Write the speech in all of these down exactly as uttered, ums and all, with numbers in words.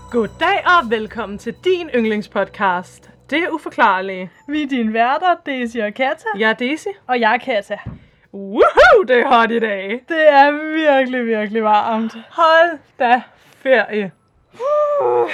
Goddag og velkommen til din yndlingspodcast. Det er Uforklarlige. Vi er dine værter, Daisy og Katja. Jeg er Daisy. Og jeg er Katja. Woohoo, det er hot i dag. Det er virkelig, virkelig varmt. Hold da ferie. Uh.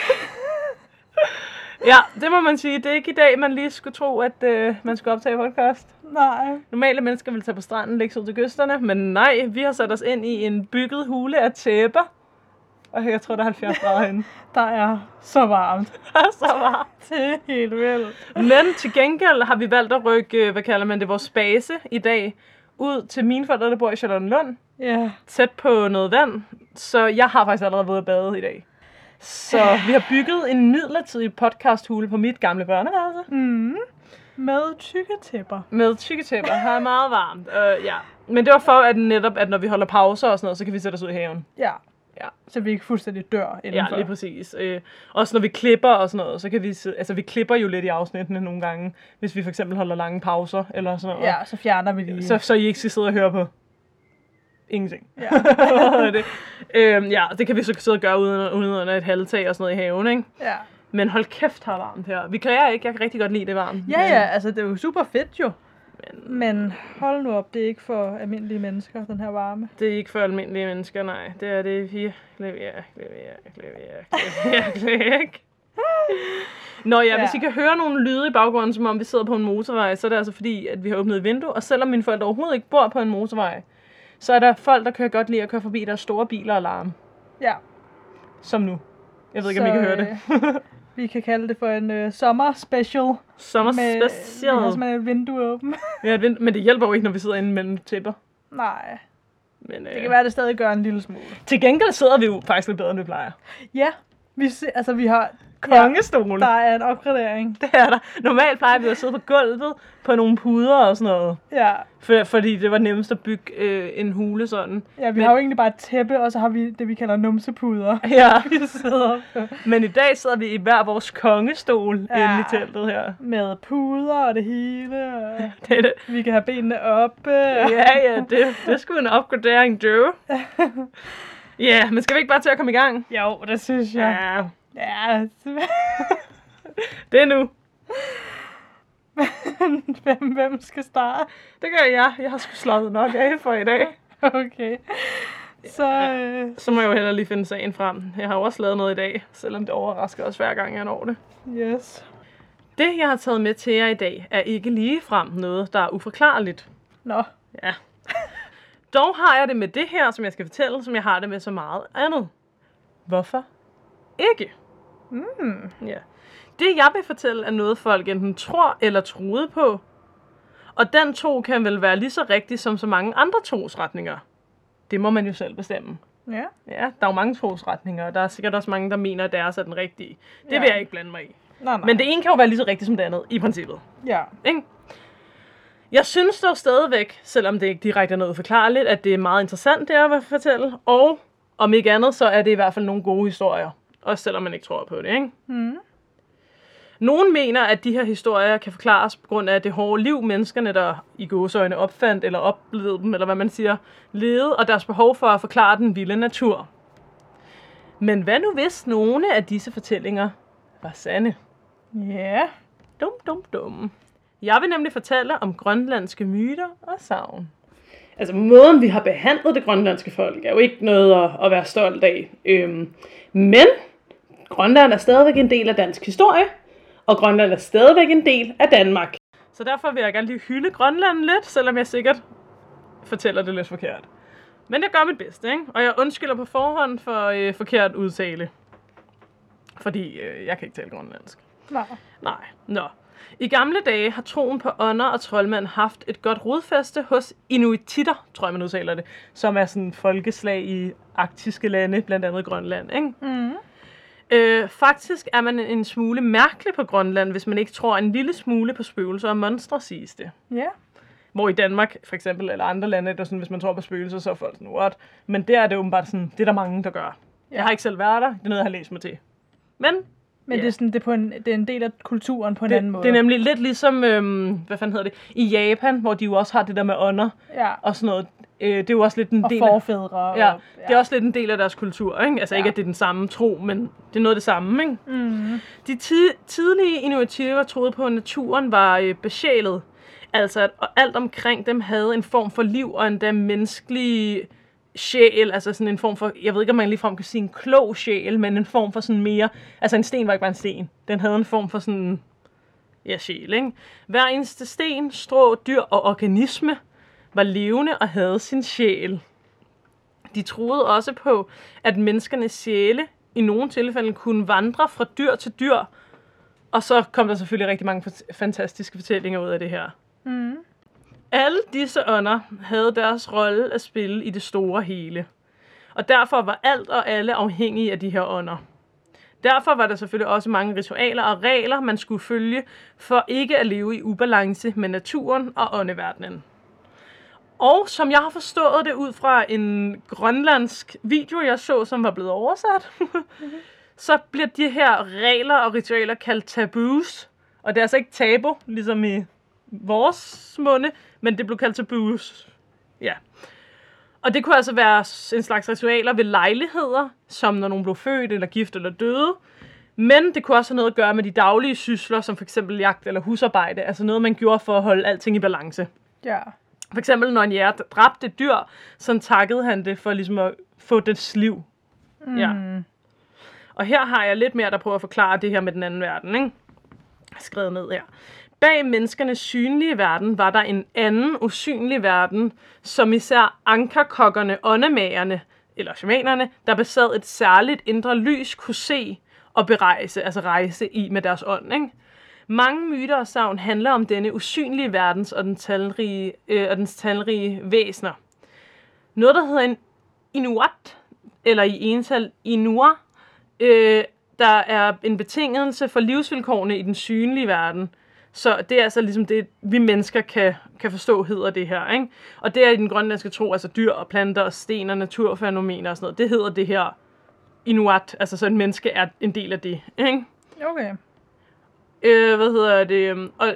Ja, det må man sige. Det er ikke i dag, man lige skulle tro, at øh, man skulle optage podcast. Nej. Normale mennesker vil tage på stranden, lægge sig ud til kysterne, men nej, vi har sat os ind i en bygget hule af tæpper. Og jeg tror, der er halvfjerds grader herinde. Der er så varmt. Der er så varmt. Det er helt vildt. Men til gengæld har vi valgt at rykke, hvad kalder man det, vores base i dag, ud til mine forældre, der bor i Charlottenlund. Ja. Tæt på noget vand. Så jeg har faktisk allerede været bade i dag. Så vi har bygget en midlertidig podcasthule på mit gamle børneværelse. Mm. Med tykke tæpper. Med tykke tæpper. Her er meget varmt. Uh, ja. Men det var for, at netop, at når vi holder pauser og sådan noget, så kan vi sætte os ud i haven. Ja. Ja. Så vi ikke fuldstændig dør indenfor. Ja, lige præcis. Øh, også når vi klipper og sådan noget, så kan vi, altså vi klipper jo lidt i afsnittene nogle gange, hvis vi for eksempel holder lange pauser eller sådan noget. Ja, så fjerner vi lige. Så, så I ikke skal sidde og høre på ingenting. Ja. det. Øhm, ja, det kan vi så sidde og gøre uden, uden under et halvtag og sådan noget i haven, ikke? Ja. Men hold kæft, her er varmt her. Vi kræver ikke, jeg kan rigtig godt lide det varmt. Ja, ja, altså det er jo super fedt jo. Men, Men hold nu op, det er ikke for almindelige mennesker, den her varme. det er ikke for almindelige mennesker, nej. Det er det virkelig, virkelig, virkelig, virkelig, virkelig ikke. Nå ja, ja, hvis I kan høre nogle lyde i baggrunden, som om vi sidder på en motorvej, så er det altså fordi, at vi har åbnet et vindue. Og selvom mine forældre overhovedet ikke bor på en motorvej, så er der folk, der kan godt lide at køre forbi deres store biler og larme. Ja. Som nu. Jeg ved ikke, så, om I kan høre det. Vi kan kalde det for en øh, sommer special. Sommer med, special. Vi har simpelthen et vindue åbent. Ja, et vind- men det hjælper jo ikke, når vi sidder inde mellem tæpper. Nej. Men, øh, Det kan være, at det stadig gør en lille smule. til gengæld sidder vi jo faktisk lidt bedre, end vi plejer. Ja, vi, se, altså, vi har... Kongestol. Ja, der er en opgradering. Det er der. Normalt plejer vi at sidde på gulvet på nogle puder og sådan noget. Ja. For, fordi det var nemmest at bygge øh, en hule sådan. Ja, vi men, har jo egentlig bare et tæppe, og så har vi det, vi kalder numsepuder. Ja. Vi sidder på. Men i dag sidder vi i hver vores kongestol Ja. inde i teltet her. Med puder og det hele. Og Det er det. vi kan have benene oppe. Ja, ja, det, det er sgu en opgradering, du. Ja, men skal vi ikke bare til at komme i gang? Jo, det synes jeg. Ja, Ja. det er nu. hvem, hvem skal starte? Det gør jeg. Jeg har sgu slået nok af for i dag. Okay. Så, øh, Så må jeg jo heller lige finde sagen frem. Jeg har jo også lavet noget i dag, selvom det overrasker os hver gang, jeg når det. yes. Det, jeg har taget med til jer i dag, er ikke ligefrem noget, der er uforklarligt. Nå. Ja. Dog har jeg det med det her, som jeg skal fortælle, som jeg har det med så meget andet. Hvorfor ikke? Mm. Ja. Det, jeg vil fortælle, er noget, folk enten tror eller troede på. Og den tro kan vel være lige så rigtig som så mange andre trosretninger. Det må man jo selv bestemme. Ja. Ja, der er jo mange trosretninger, og der er sikkert også mange, der mener, at deres er den rigtige. Det Ja. vil jeg ikke blande mig i. Nej, nej. Men det ene kan jo være lige så rigtigt som det andet, i princippet. Ja. Ikke? Jeg synes dog stadigvæk, selvom det ikke direkte er noget forklarligt, at det er meget interessant, det jeg vil fortælle. Og om ikke andet, så er det i hvert fald nogle gode historier. Også selvom man ikke tror på det, ikke? Mm. Nogen mener, at de her historier kan forklares på grund af det hårde liv, menneskerne, der i gåseøjne opfandt eller oplevede dem, eller hvad man siger, levede, og deres behov for at forklare den vilde natur. Men hvad nu hvis nogle af disse fortællinger var sande? Ja. Dum, dum, dum. Jeg vil nemlig fortælle om grønlandske myter og sagn. Altså måden, vi har behandlet det grønlandske folk, er jo ikke noget at, at være stolt af. Øhm, men Grønland er stadigvæk en del af dansk historie, og Grønland er stadigvæk en del af Danmark. Så derfor vil jeg gerne lige hylde Grønland lidt, selvom jeg sikkert fortæller det lidt forkert. Men jeg gør mit bedste, ikke? Og jeg undskylder på forhånd for øh, forkert udtale. Fordi øh, jeg kan ikke tale grønlandsk. Nej. Nej, nå. I gamle dage har troen på ånder og troldmænd haft et godt rodfæste hos inuititter, tror jeg man udtaler det, som er sådan folkeslag i arktiske lande, blandt andet Grønland, ikke? Mm. Øh, faktisk er man en smule mærkelig på Grønland, hvis man ikke tror en lille smule på spøgelser og monstre, siges det. Ja. Hvor i Danmark, for eksempel, eller andre lande, er det sådan, hvis man tror på spøgelser, så er folk sådan, what? Men der er det åbenbart sådan, det er der mange, der gør. Ja. Jeg har ikke selv været der, det er noget, jeg har læst mig til. Men Men ja. det er sådan, det er, på en, det er en del af kulturen på en det, anden måde. det er nemlig lidt ligesom, øhm, hvad fanden hedder det, i Japan, hvor de jo også har det der med ånder Ja. og sådan noget. Øh, det er jo også lidt en og del forfædre. af, ja, og, ja. det er også lidt en del af deres kultur, ikke? Altså ja. Ikke, at det er den samme tro, men det er noget af det samme, ikke? Mm. De ti- tidlige inuitiver troede på, at naturen var øh, besjælet. Altså, at alt omkring dem havde en form for liv og endda menneskelig sjæl, altså sådan en form for, jeg ved ikke, om man ligefrem kan sige en klog sjæl, men en form for sådan mere, altså en sten var ikke bare en sten, den havde en form for sådan, ja, sjæl, ikke? Hver eneste sten, strå, dyr og organisme var levende og havde sin sjæl. De troede også på, at menneskernes sjæle i nogle tilfælde kunne vandre fra dyr til dyr, og så kom der selvfølgelig rigtig mange fantastiske fortællinger ud af det her. Mm. Alle disse ånder havde deres rolle at spille i det store hele. Og derfor var alt og alle afhængige af de her ånder. Derfor var der selvfølgelig også mange ritualer og regler, man skulle følge, for ikke at leve i ubalance med naturen og åndeverdenen. Og som jeg har forstået det ud fra en grønlandsk video, jeg så, som var blevet oversat, mm-hmm. så bliver de her regler og ritualer kaldt tabus. Og det er altså ikke tabu, ligesom i vores munde, men det blev kaldt tabus. Ja. Og det kunne altså være en slags ritualer ved lejligheder, som når nogen blev født eller gift eller døde. Men det kunne også have noget at gøre med de daglige sysler, som for eksempel jagt eller husarbejde. Altså noget, man gjorde for at holde alting i balance. Ja. For eksempel, når en jæger dræbte et dyr, så takkede han det for ligesom at få dets liv. Mm. Ja. Og her har jeg lidt mere, der prøver at forklare det her med den anden verden, ikke? Skrevet ned her. Bag menneskernes synlige verden var der en anden usynlig verden, som især ankerkokkerne, åndemagerne, eller shamanerne, der besad et særligt indre lys, kunne se og berejse, altså rejse i med deres ånd, ikke? Mange myter og sagn handler om denne usynlige verdens og, den talrige, øh, og dens talrige væsener. Noget, der hedder en inuat, eller i ental inua, øh, der er en betingelse for livsvilkårene i den synlige verden. Så det er altså ligesom det, vi mennesker kan, kan forstå, hedder det her, ikke? Og det er i den grønlandske tro, altså dyr og planter og sten og naturfænomener og sådan noget. Det hedder det her inuat, altså så et menneske er en del af det, ikke? Okay. Øh, hvad hedder det? Og,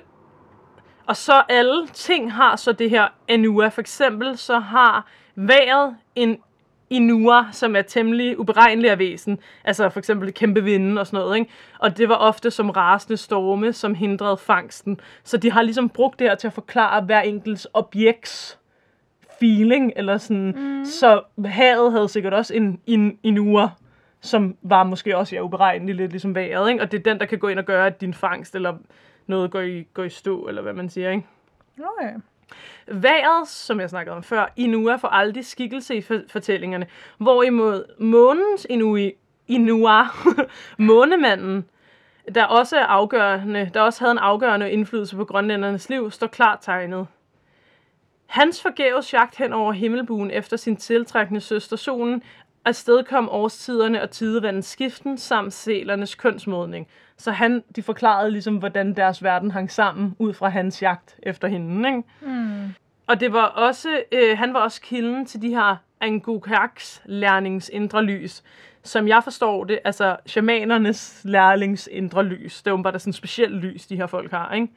og så alle ting har så det her anua. For eksempel så har vejret en inua, som er temmelig uberegnelig af væsen. Altså for eksempel kæmpe vinde og sådan noget, ikke? Og det var ofte som rasende storme, som hindrede fangsten. Så de har ligesom brugt det her til at forklare hver enkelts objekts feeling, eller sådan. Mm. Så havet havde sikkert også en, en inua, som var måske også ja, uberegnelig, lidt ligesom vejret, ikke? Og det er den, der kan gå ind og gøre, at din fangst eller noget går i, går i stå, eller hvad man siger, ikke? Okay. Vejret, som jeg snakkede om før, Inua får aldrig skikkelse i fortællingerne, hvorimod månens Inui, Inua, månemanden, der også er afgørende, der også havde en afgørende indflydelse på grønlændernes liv, står klart tegnet. Hans forgæves jagt hen over himmelbuen efter sin tiltrækkende søster solen, afstedkom årstiderne og tidevandens skiften samt sælernes kønsmodning. Så han, de forklarede ligesom, hvordan deres verden hang sammen ud fra hans jagt efter hende, ikke? Mm. Og det var også, øh, han var også kilden til de her Angukaks lærlings indre lys, som jeg forstår det, altså shamanernes lærlings indre lys. Det er jo bare sådan en speciel lys, de her folk har, ikke?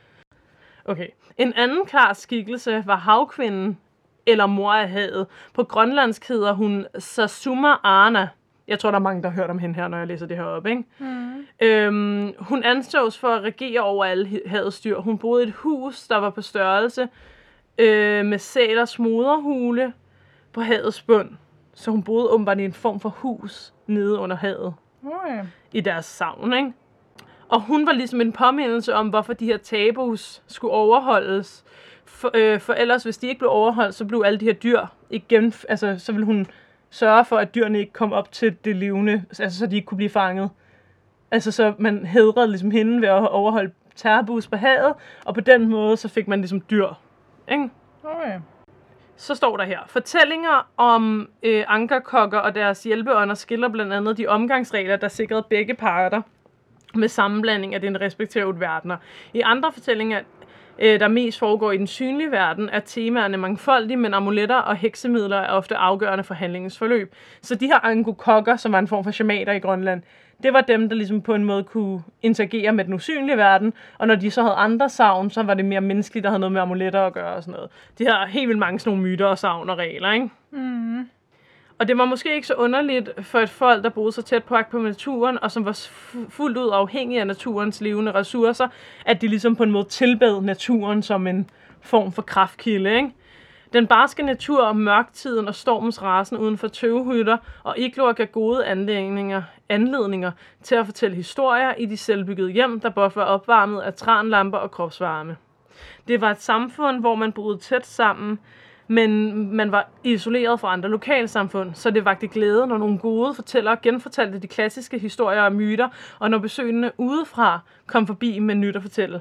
Okay. En anden klar skikkelse var havkvinden, eller mor af havet. På grønlandsk hedder hun Sasuma Arna. Jeg tror, der er mange, der har hørt om hende her, når jeg læser det her op, ikke? Mm. Øhm, hun ansås for at regere over alle havets dyr. Hun boede i et hus, der var på størrelse øh, med sælers moderhule på havets bund. Så hun boede åbenbart i en form for hus nede under havet. Okay. I deres savn, ikke? Og hun var ligesom en påmindelse om, hvorfor de her tabus skulle overholdes. For, øh, for ellers, hvis de ikke blev overholdt, så blev alle de her dyr igen, altså så ville hun sørge for, at dyrene ikke kom op til det levende, altså så de ikke kunne blive fanget. Altså så man hædrede ligesom hende ved at overholde tabus på havet, og på den måde, så fik man ligesom dyr, ikke? Okay. Så står der her, fortællinger om øh, ankerkokker og deres hjælpeånder skiller blandt andet de omgangsregler, der sikrede begge parter med sammenblanding af den respektive verdener. I andre fortællinger øh, der mest foregår i den synlige verden, er temaerne mangfoldige, men amuletter og heksemidler er ofte afgørende for handlingens forløb. Så de her angokokker, som var en form for shamater i Grønland, det var dem, der ligesom på en måde kunne interagere med den usynlige verden, og når de så havde andre savn, så var det mere menneskeligt, der havde noget med amuletter at gøre og sådan noget. De har helt vildt mange sådan nogle myter og savn og regler, ikke? Mm. Og det var måske ikke så underligt for et folk, der boede så tæt på, på naturen, og som var fuldt ud afhængige af naturens levende ressourcer, at de ligesom på en måde tilbad naturen som en form for kraftkilde, ikke? Den barske natur og mørktiden og stormens rasen uden for tøvehytter og igloer gav gode anledninger, anledninger til at fortælle historier i de selvbyggede hjem, der blot var opvarmet af tranlamper og kropsvarme. Det var et samfund, hvor man boede tæt sammen, men man var isoleret fra andre lokalsamfund, så det vagte glæde, når nogle gode fortællere genfortalte de klassiske historier og myter, og når besøgende udefra kom forbi med nyt at fortælle.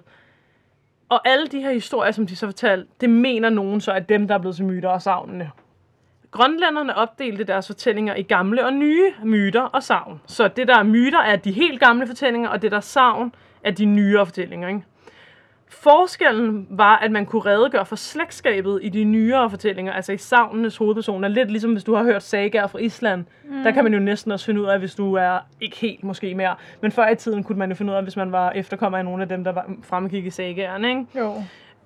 Og alle de her historier, som de så fortalte, det mener nogen så, at dem, der er blevet til myter og savnene. Grønlænderne opdelte deres fortællinger i gamle og nye myter og savn. Så det, der er myter, er de helt gamle fortællinger, og det, der er savn, er de nyere fortællinger, ikke? Forskellen var, at man kunne redegøre for slægtskabet i de nyere fortællinger, altså i savnenes hovedpersoner. Lidt ligesom hvis du har hørt sagaer fra Island. Mm. Der kan man jo næsten også finde ud af, hvis du er ikke helt måske mere. Men før i tiden kunne man jo finde ud af, hvis man var efterkommer af nogle af dem, der var fremgik i sagaerne, ikke? Jo.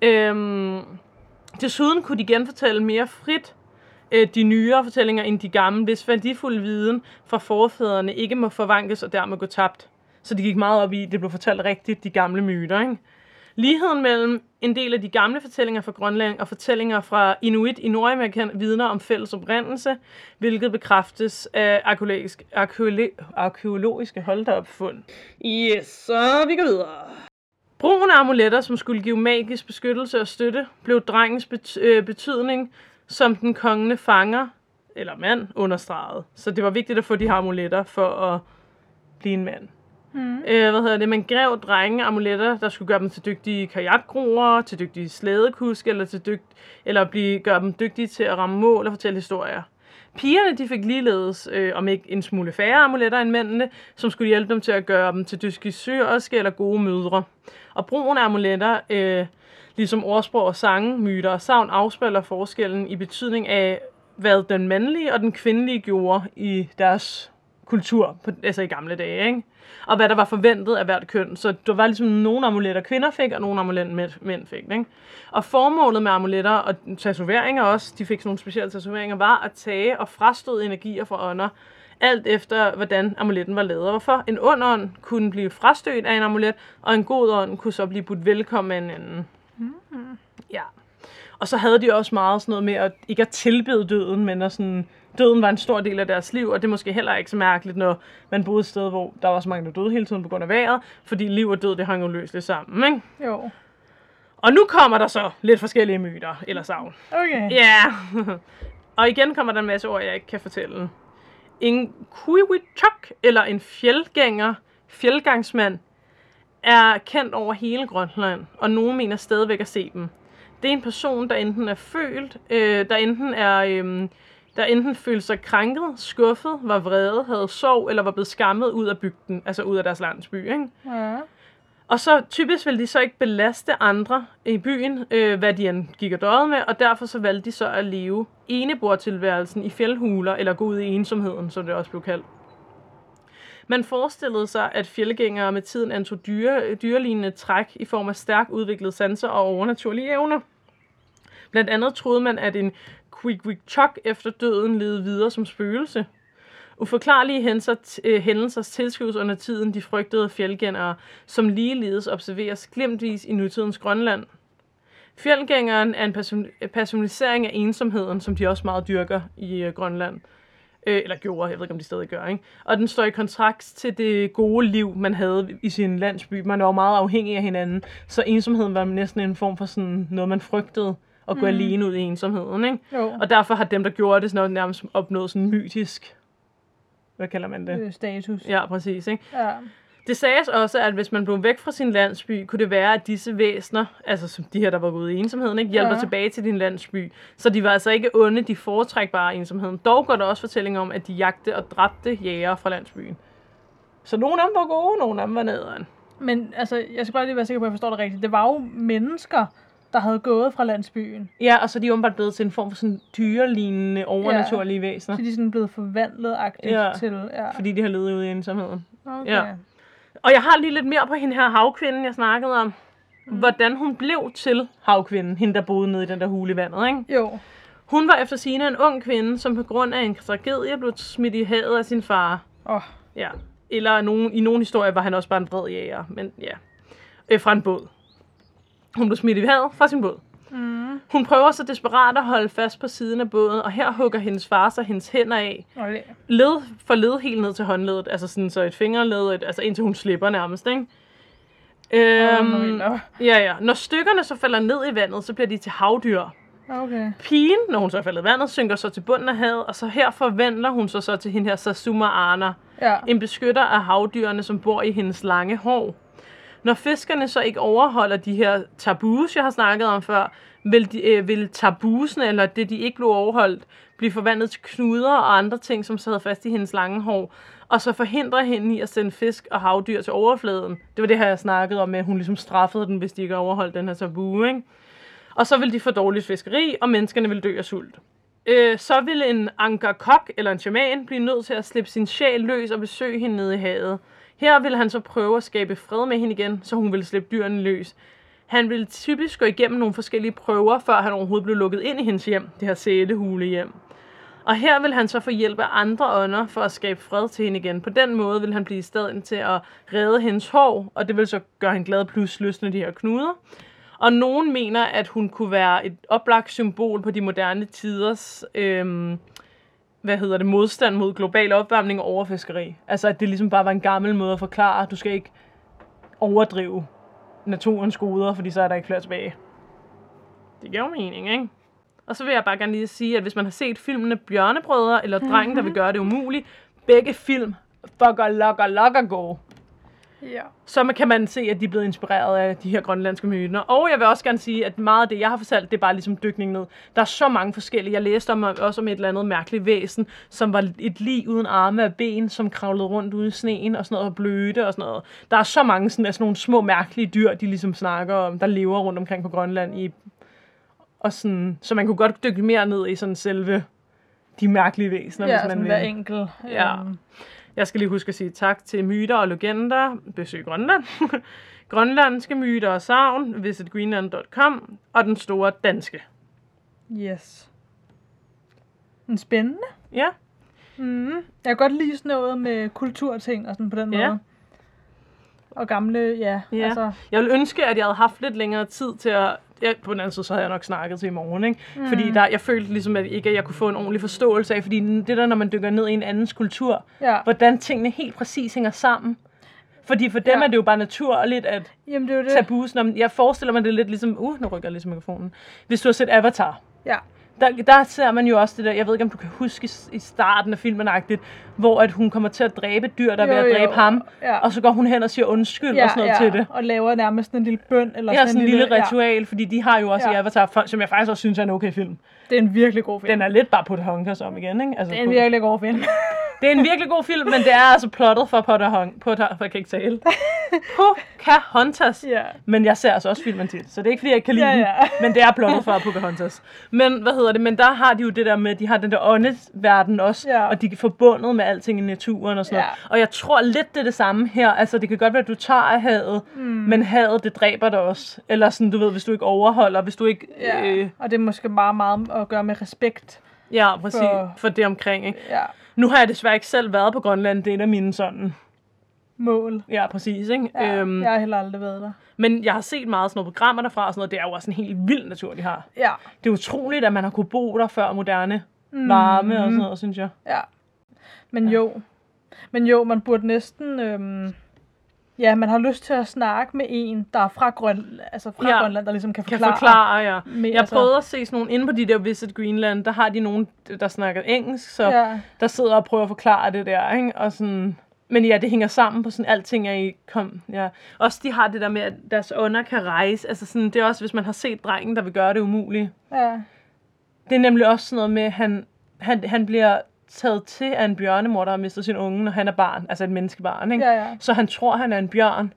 Øhm, desuden kunne de genfortælle mere frit øh, de nyere fortællinger end de gamle, hvis værdifuld viden fra forfædrene ikke må forvankes og dermed gå tabt. Så de gik meget op i, det blev fortalt rigtigt, de gamle myter, ikke? Ligheden mellem en del af de gamle fortællinger fra Grønland og fortællinger fra Inuit i Nordamerika vidner om fælles oprindelse, hvilket bekræftes af arkeologiske, arkeologiske holdopfund. Yes, så vi går videre. Brugen af amuletter, som skulle give magisk beskyttelse og støtte, blev drengens betydning som den kongelige fanger, eller mand, understreget. Så det var vigtigt at få de her amuletter for at blive en mand. Mm. Øh, hvad hedder det? Man gav drenge amuletter, der skulle gøre dem til dygtige kajakgroer, til dygtige slædekusk, eller til dygt, eller blive, gøre dem dygtige til at ramme mål og fortælle historier. Pigerne, de fik ligeledes, øh, om ikke en smule færre amuletter end mændene, som skulle hjælpe dem til at gøre dem til dygtige syrske eller gode mødre. Og brugen af amuletter, øh, ligesom ordsprog og sange, myter og savn, afspejler forskellen i betydning af, hvad den mandlige og den kvindelige gjorde i deres kultur, på, altså i gamle dage, ikke? Og hvad der var forventet af hvert køn. Så der var ligesom nogle amuletter kvinder fik, og nogle amuletter mænd fik, ikke? Og formålet med amuletter og tatoveringer også, de fik sådan nogle specielle tatoveringer, var at tage og frastøde energier fra ånder, alt efter hvordan amuletten var lavet. Hvorfor en ond ånd kunne blive frastødt af en amulet, og en god ånd kunne så blive budt velkommen af en anden. Mm-hmm. Ja. Og så havde de også meget sådan noget med at ikke at tilbede døden, men at sådan, døden var en stor del af deres liv, og det er måske heller ikke så mærkeligt, når man boede et sted, hvor der var så mange, der døde hele tiden på grund af vejret, fordi liv og død, det hang jo løsligt sammen, ikke? Jo. Og nu kommer der så lidt forskellige myter, eller savn. Okay. Ja. Yeah. Og igen kommer der en masse ord, jeg ikke kan fortælle. En Kuiwichok, eller en fjeldgænger, fjeldgangsmand, er kendt over hele Grønland, og nogen mener stadigvæk at se dem. Det er en person, der enten er følt, øh, der enten er, øh, der enten følte sig krænket, skuffet, var vrede, havde sorg, eller var blevet skammet ud af bygden, altså ud af deres landsby, ikke? Ja. Og så typisk vil de så ikke belaste andre i byen, øh, hvad de end gik og døde med, og derfor så valgte de så at leve enebordtilværelsen i fjeldhuler, eller gå ud i ensomheden, som det også blev kaldt. Man forestillede sig, at fjeldgængere med tiden antog dyre, dyrelignende træk i form af stærkt udviklede sanser og overnaturlige evner. Blandt andet troede man, at en Kuiwichok efter døden levede videre som spøgelse. Uforklarlige hændelser, hændelser tilskrives under tiden de frygtede fjeldgængere, som ligeledes observeres glimtvis i nutidens Grønland. Fjeldgængeren er en person- personalisering af ensomheden, som de også meget dyrker i uh, Grønland. Øh, eller gjorde, jeg ved ikke, om de stadig gør, ikke? Og den står i kontrakt til det gode liv, man havde i sin landsby. Man var meget afhængig af hinanden, så ensomheden var næsten en form for sådan noget, man frygtede at gå mm. alene ud i ensomheden, ikke? Jo. Og derfor har dem, der gjorde det, sådan noget, nærmest opnået sådan mytisk, hvad kalder man det? Status. Ja, præcis, ikke? Ja. Det sagdes også, at hvis man blev væk fra sin landsby, kunne det være, at disse væsner, altså som de her, der var gået i ensomheden, ikke, hjælper ja. tilbage til din landsby. Så de var altså ikke onde, de foretræk bare ensomheden. Dog går der også fortællinger om, at de jagte og dræbte jæger fra landsbyen. Så nogle af dem var gode, nogle af dem var nederen. Men altså, jeg skal bare lige være sikker på, at jeg forstår det rigtigt. Det var jo mennesker, der havde gået fra landsbyen. Ja, og så er de åbenbart blevet til en form for sådan dyrelignende, overnaturlige ja. væsener. Så de er sådan blevet forvandlet-agtigt ja. til... Ja, fordi de har levet ude i ensomheden. okay. Ja. Og jeg har lige lidt mere på hende her havkvinden, jeg snakkede om. Mm. Hvordan hun blev til havkvinden, hende der boede nede i den der hule i vandet, ikke? Jo. Hun var efter sigende en ung kvinde, som på grund af en tragedie blev smidt i havet af sin far. Åh. Oh. Ja. Eller nogen, i nogle historier var han også bare en vred jæger, men ja. Øh, fra en båd. Hun blev smidt i havet fra sin båd. Mm. Hun prøver så desperat at holde fast på siden af båden, og her hugger hendes far så hendes hænder af. Okay. Led for led helt ned til håndledet, altså sådan så et fingerled, et, altså indtil hun slipper nærmest, ikke? Øhm, oh, ja, ja. Når stykkerne så falder ned i vandet, så bliver de til havdyr. Okay. Pigen, når hun så er faldet i vandet, synker så til bunden af havet, og så her forvandler hun sig så til hende her Sasuma Arna, ja. en beskytter af havdyrene, som bor i hendes lange hår. Når fiskerne så ikke overholder de her tabus, jeg har snakket om før, vil, de, øh, vil tabusene, eller det, de ikke blev overholdt, blive forvandlet til knuder og andre ting, som sad fast i hendes lange hår, og så forhindrer hende i at sende fisk og havdyr til overfladen. Det var det her, jeg snakkede om, at hun ligesom straffede den, hvis de ikke overholdt den her tabu, ikke? Og så vil de få dårligt fiskeri, og menneskerne vil dø af sult. Øh, så vil en Angkor Kok, eller en shaman, blive nødt til at slippe sin sjæl løs og besøge hende nede i havet. Her vil han så prøve at skabe fred med hende igen, så hun vil slippe dyrene løs. Han vil typisk gå igennem nogle forskellige prøver, før han overhovedet blev lukket ind i hendes hjem, det her sælehule hjem. Og her vil han så få hjælp af andre ånder for at skabe fred til hende igen. På den måde vil han blive i stedet til at redde hendes hår, og det vil så gøre hende glad plus løsne de her knuder. Og nogen mener, at hun kunne være et oplagt symbol på de moderne tiders øhm, hvad hedder det, modstand mod global opvarmning og overfiskeri. Altså, at det ligesom bare var en gammel måde at forklare, at du skal ikke overdrive naturens goder, fordi så er der ikke flere tilbage. Det giver jo mening, ikke? Og så vil jeg bare gerne lige sige, at hvis man har set filmene Bjørnebrødre eller Drengen, der vil gøre det umuligt, begge film fucker lokker lokker go. Ja. Så kan man se, at de er blevet inspireret af de her grønlandske myter. Og jeg vil også gerne sige, at meget af det, jeg har fortalt, det er bare ligesom dykning ned. Der er så mange forskellige. Jeg læste om, også om et eller andet mærkeligt væsen, som var et lig uden arme og ben, som kravlede rundt ude i sneen og sådan noget, og blødte og sådan noget. Der er så mange sådan, altså nogle små mærkelige dyr, de ligesom snakker om, der lever rundt omkring på Grønland. I, og sådan, så man kunne godt dykke mere ned i sådan selve de mærkelige væsener, ja, hvis man sådan vil. hver enkelt. Ja. Um... Jeg skal lige huske at sige tak til Myter og Legender. Besøg Grønland. Grønlandske myter og sagn. visit greenland punktum com. Og den store danske. Yes. En spændende. Ja. Mm. Jeg kan godt lide sådan noget med kulturting og sådan på den måde. Ja. Og gamle, ja. ja. Altså. Jeg ville ønske, at jeg havde haft lidt længere tid til at... Ja, på den anden side, så havde jeg nok snakket til i morgen, ikke? Mm. Fordi der, jeg følte ligesom, at ikke at jeg kunne få en ordentlig forståelse af, fordi det der, når man dykker ned i en andens kultur, ja. hvordan tingene helt præcis hænger sammen. Fordi for dem ja. er det jo bare naturligt, at Jamen, det er jo det. tabusen... Jeg forestiller mig det lidt ligesom... Uh, nu rykker jeg ligesom mikrofonen. Hvis du har set Avatar. Ja. Der, der ser man jo også det der, jeg ved ikke, om du kan huske i starten af filmen-agtigt, hvor at hun kommer til at dræbe dyr, der er ved at dræbe ham, ja. og så går hun hen og siger undskyld ja, og sådan noget ja. til det. Og laver nærmest en lille bøn. Eller ja, sådan, sådan en lille, lille ritual, ja. fordi de har jo også ja. i Avatar, som jeg faktisk også synes er en okay film. Det er en virkelig god film. Den er lidt bare Pocahontas om igen, ikke? Altså, det er en virkelig god film. Det er en virkelig god film, men det er altså plottet for Pocahontas, for jeg kan ikke tale. Pocahontas. Ja. Men jeg ser altså også filmen til, så det er ikke fordi, jeg ikke kan lide ja, ja. den, men det er plottet for Pocahontas. Men hvad hedder det, men der har de jo det der med, de har den der åndeverden også, ja. og de er forbundet med alting i naturen og sådan ja. noget. Og jeg tror lidt, det er det samme her. Altså, det kan godt være, at du tager af havet, mm. men havet, det dræber dig også. Eller sådan, du ved, hvis du ikke overholder, hvis du ikke... Ja. Øh... Og det er måske bare meget at gøre med respekt. Ja, præcis. For, for det omkring, ikke? Ja. Nu har jeg desværre ikke selv været på Grønland. Det er en af mine sådan... mål. Ja, præcis, ikke? Ja, øhm, jeg har heller aldrig været der. Men jeg har set meget sådan nogle programmer derfra og sådan noget. Det er jo også en helt vild natur, de har. Ja. Det er utroligt, at man har kunne bo der før moderne mm. varme og sådan noget, synes jeg. Ja. Men ja. jo. Men jo, man burde næsten... Øhm, ja, man har lyst til at snakke med en, der er fra, Grøn, altså fra ja. Grønland, der ligesom kan forklare. Kan forklare, ja. Med, jeg altså, prøvede at se sådan nogle inde på de der Visit Greenland. Der har de nogen, der snakker engelsk, så ja. der sidder og prøver at forklare det der, ikke? Og sådan... Men ja, det hænger sammen på sådan, alting er i kom, ja. Også de har det der med, at deres ånder kan rejse. Altså sådan, det er også, hvis man har set drengen, der vil gøre det umuligt. Ja. Det er nemlig også sådan noget med, at han, han, han bliver taget til af en bjørnemor, der har mistet sin unge, når han er barn. Altså et menneskebarn, ikke? Ja, ja. Så han tror, han er en bjørn.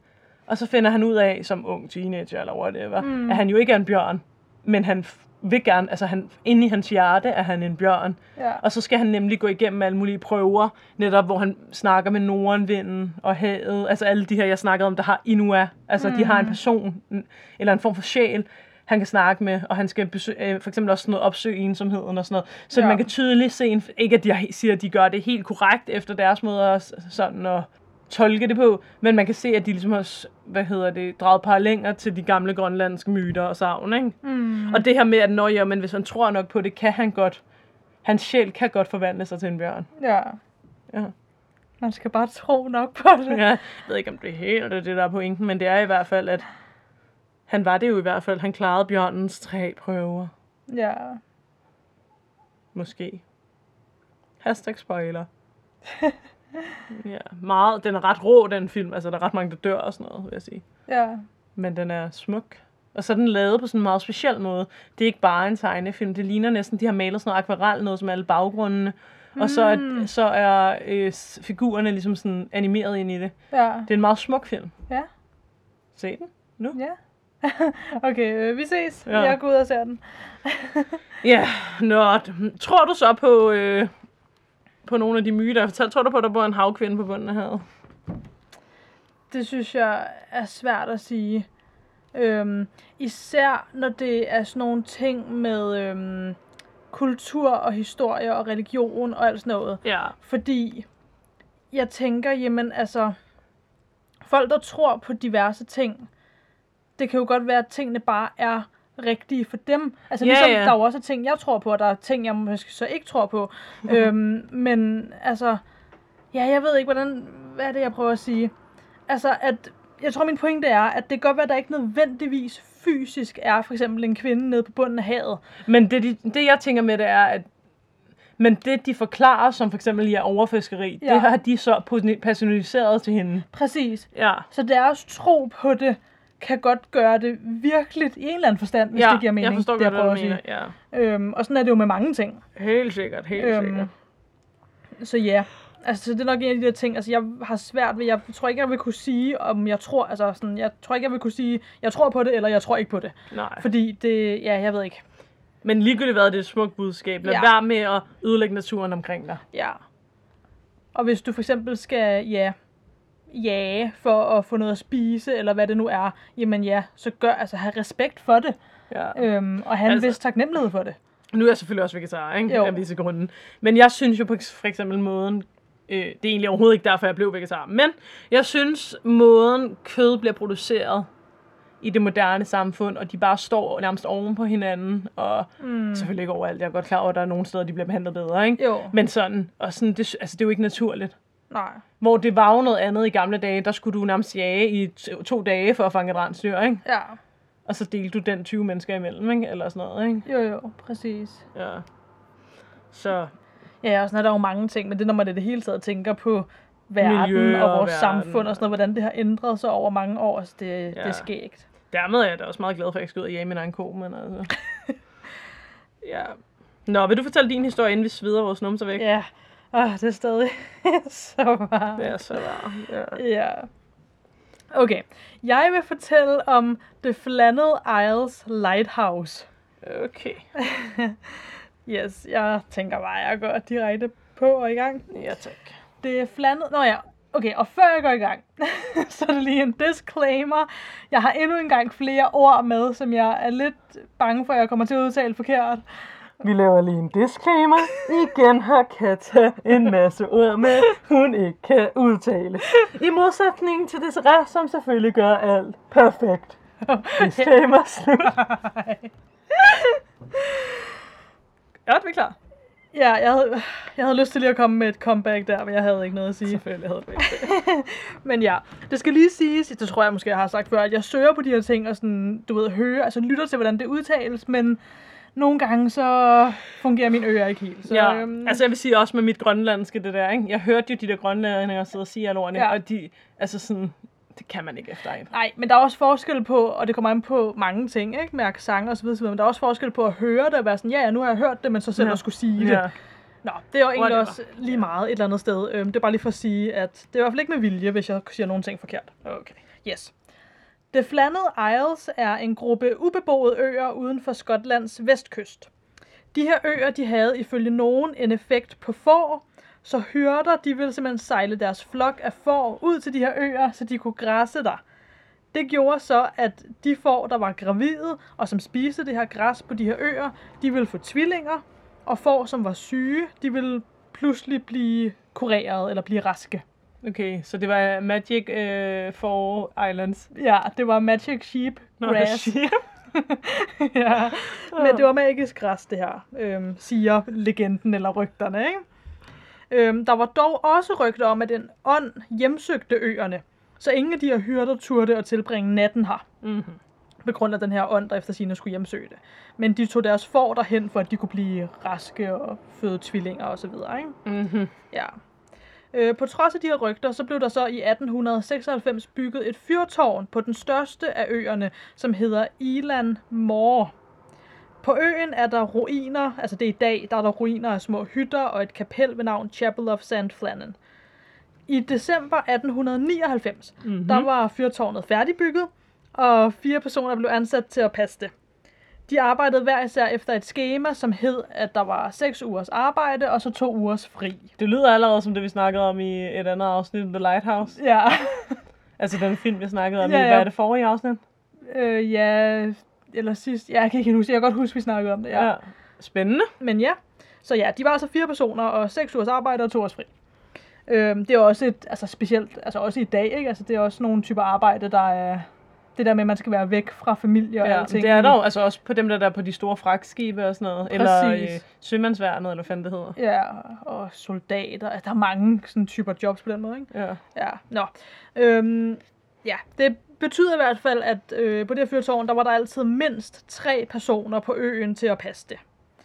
Og så finder han ud af, som ung teenager eller whatever, Mm. at han jo ikke er en bjørn, men han f- vil gerne, altså han, inde i hans hjerte er han en bjørn. Ja. Og så skal han nemlig gå igennem alle mulige prøver, netop hvor han snakker med nordenvinden og havet, altså alle de her, jeg snakkede om, der har Inua, altså mm. de har en person, eller en form for sjæl, han kan snakke med, og han skal besøge, for eksempel også sådan noget opsøge ensomheden og sådan noget. Så ja. man kan tydeligt se, en, ikke at de siger, at de gør det helt korrekt efter deres måde at, sådan at tolke det på, men man kan se, at de ligesom har, hvad hedder det, draget paralleller til de gamle grønlandske myter og sagn, ikke? Mm. Og det her med, at når ja, men hvis han tror nok på det, kan han godt, hans sjæl kan godt forvandle sig til en bjørn. Ja. Ja. Man skal bare tro nok på det. Ja, jeg ved ikke, om det er helt det, det der er pointen, men det er i hvert fald, at han var det jo i hvert fald. Han klarede bjørnens tre prøver. Ja. Måske. Hashtag spoiler. Ja, meget. Den er ret rå, den film. Altså, der er ret mange, der dør og sådan noget, vil jeg sige. Ja. Men den er smuk. Og så er den lavet på sådan en meget speciel måde. Det er ikke bare en tegnefilm. Det ligner næsten, de har malet sådan noget akvarel, noget som alle baggrundene. Mm. Og så er, så er øh, figurerne ligesom sådan animeret ind i det. Ja. Det er en meget smuk film. Ja. Se den nu. Ja. Okay, øh, vi ses. Ja. Jeg går ud og ser den. Ja, nå. Tror du så på, øh, på nogle af de myter, jeg fortalte? Tror du på, at der bor en havkvinde på bunden af havet? Det synes jeg er svært at sige. Øhm, især når det er sådan nogle ting med øhm, kultur og historie og religion og alt sådan noget. Ja. Fordi jeg tænker, jamen altså, folk der tror på diverse ting, det kan jo godt være, at tingene bare er rigtige for dem. Altså ja, ligesom ja. der er jo også ting, jeg tror på, og der er ting, jeg måske så ikke tror på. øhm, men altså, ja, jeg ved ikke, hvordan, hvad er det, jeg prøver at sige? Altså, at jeg tror, min pointe er, at det kan godt være, at der ikke nødvendigvis fysisk er for eksempel en kvinde nede på bunden af havet. Men det, det jeg tænker med det er, at men det, de forklarer, som for eksempel i overfiskeri, ja. det har de så personaliseret til hende. Præcis. Ja. Så deres tro på det, kan godt gøre det virkeligt i en eller anden forstand, hvis ja, det giver mening. Jeg forstår det, godt, jeg hvad du mener. Ja. Øhm, og sådan er det jo med mange ting. Helt sikkert, helt øhm, sikkert. Så ja, altså det er nok en af de der ting, altså jeg har svært ved, jeg tror ikke, jeg vil kunne sige, om jeg tror, altså sådan, jeg tror ikke, jeg vil kunne sige, jeg tror på det, eller jeg tror ikke på det. Nej. Fordi det, ja, jeg ved ikke. Men ligegyldigt hvad, det er et smukt budskab. Lad ja. være med at ødelægge naturen omkring dig. Ja. Og hvis du for eksempel skal, ja, jage for at få noget at spise, eller hvad det nu er, jamen ja, så gør, altså have respekt for det. Ja. Øhm, og have en altså, vis taknemmelighed for det. Nu er jeg selvfølgelig også vegetar, ikke? Jo. Af visse grunde. Men jeg synes jo på for eksempel måden, øh, det er egentlig overhovedet ikke derfor, jeg blev vegetar, men jeg synes måden kød bliver produceret i det moderne samfund, og de bare står nærmest oven på hinanden, og mm. selvfølgelig ikke overalt, jeg er godt klar over, at der er nogle steder, de bliver behandlet bedre, ikke? Jo. Men sådan, og sådan, det, altså det er jo ikke naturligt. Nej. Hvor det var jo noget andet i gamle dage, der skulle du nærmest jage i to, to dage for at fange et rensdyr, ikke? Ja. Og så delte du den tyve mennesker imellem, ikke? Eller sådan noget, ikke? Jo, jo, præcis. Ja. Så. Ja, og sådan er der jo mange ting, men det når man i det hele taget tænker på verden Miljø og og vores verden. samfund og sådan noget, hvordan det har ændret sig over mange år, så det, Ja. det er skægt. Dermed er jeg da også meget glad for, at jeg skal ud og jage min egen ko, men altså. Ja. Nå, vil du fortælle din historie, inden vi svider vores numser væk? Ja, åh, det er stadig så varmt. Det er så varmt, ja. Ja. Okay, jeg vil fortælle om The Flannel Isles Lighthouse. Okay. Yes, jeg tænker bare, at jeg går direkte på og i gang. Ja, tak. Det er Flannel... Nå ja, okay, og før jeg går i gang, så er det lige en disclaimer. Jeg har endnu engang flere ord med, som jeg er lidt bange for, at jeg kommer til at udtale forkert. Vi laver lige en disclaimer. Igen har Katja en masse ord med, hun ikke kan udtale. I modsætning til Desiree, som selvfølgelig gør alt perfekt. Disclaimer slut. Ja, vi er klar. Ja, jeg havde, jeg havde lyst til lige at komme med et comeback der, men jeg havde ikke noget at sige. Selvfølgelig havde du ikke det. Men ja, det skal lige siges, det tror jeg måske, jeg har sagt før, at jeg søger på de her ting og sådan, du ved, hører, altså lytter til, hvordan det udtales, men nogle gange så fungerer mine ører ikke helt. Så, ja, øhm, altså jeg vil sige også med mit grønlandske det der, ikke? Jeg hørte jo de der grønlændere sidde og sige alle ordene, ja. Og de, altså sådan, det kan man ikke efter en. Nej, men der er også forskel på, og det kommer an på mange ting, ikke? Med accent og så videre, men der er også forskel på at høre det og være sådan, ja, ja, nu har jeg hørt det, men så selv ja. At skulle sige det. Ja. Nå, det er jo egentlig Whatever. Også lige meget et eller andet sted. Øhm, det er bare lige for at sige, at det er i hvert fald ikke med vilje, hvis jeg siger nogle ting forkert. Okay. Yes. The Flannel Isles er en gruppe ubeboede øer uden for Skotlands vestkyst. De her øer, de havde ifølge nogen en effekt på får, så hyrder, de ville simpelthen sejle deres flok af får ud til de her øer, så de kunne græsse der. Det gjorde så, at de får, der var gravide, og som spiste det her græs på de her øer, de ville få tvillinger, og får, som var syge, de ville pludselig blive kureret eller blive raske. Okay, så det var Magic uh, for Islands. Ja, det var Magic Sheep Grass. Nå, sheep. Ja, men det var magisk græs, det her, øhm, siger legenden eller rygterne, ikke? Øhm, der var dog også rygter om, at en ånd hjemsøgte øerne, så ingen af de her hyrder turde at tilbringe natten her. Mm-hmm. På grund af den her ånd, der efter sigende skulle hjemsøge det. Men de tog deres får derhen, for at de kunne blive raske og føde tvillinger og så videre, ikke? Mm-hmm. Ja. Øh, på trods af de her rygter, så blev der så i atten seksoghalvfems bygget et fyrtårn på den største af øerne, som hedder Eilean Mor. På øen er der ruiner, altså det er i dag, der er der ruiner af små hytter og et kapel ved navn Chapel of Saint Flannan. I december atten nioghalvfems, mm-hmm. der var fyrtårnet færdigbygget, og fire personer blev ansat til at passe det. De arbejdede hver især efter et skema, som hed, at der var seks ugers arbejde, og så to ugers fri. Det lyder allerede som det, vi snakkede om i et andet afsnit, The Lighthouse. Ja. Altså den film, vi snakkede om ja, i. ja. Hvad er det forrige afsnit? Øh, ja, eller sidst. Ja, jeg kan ikke huske. Jeg kan godt huske, vi snakkede om det. Ja. Ja. Spændende. Men ja, så ja, de var altså fire personer, og seks ugers arbejde og to ugers fri. Øhm, det er også et, altså specielt, altså også i dag, ikke? Altså det er også nogle typer arbejde, der er det der med, at man skal være væk fra familie og ja, alting. det er der jo altså også på dem, der er på de store fragtskibe og sådan noget. Præcis. Eller øh, sømandsværnet, eller hvad fanden det hedder. Ja, og soldater. Der er mange sådan typer jobs på den måde, ikke? Ja. Ja, nå. Øhm, ja, det betyder i hvert fald, at øh, på det her fyrtårn, der var der altid mindst tre personer på øen til at passe det.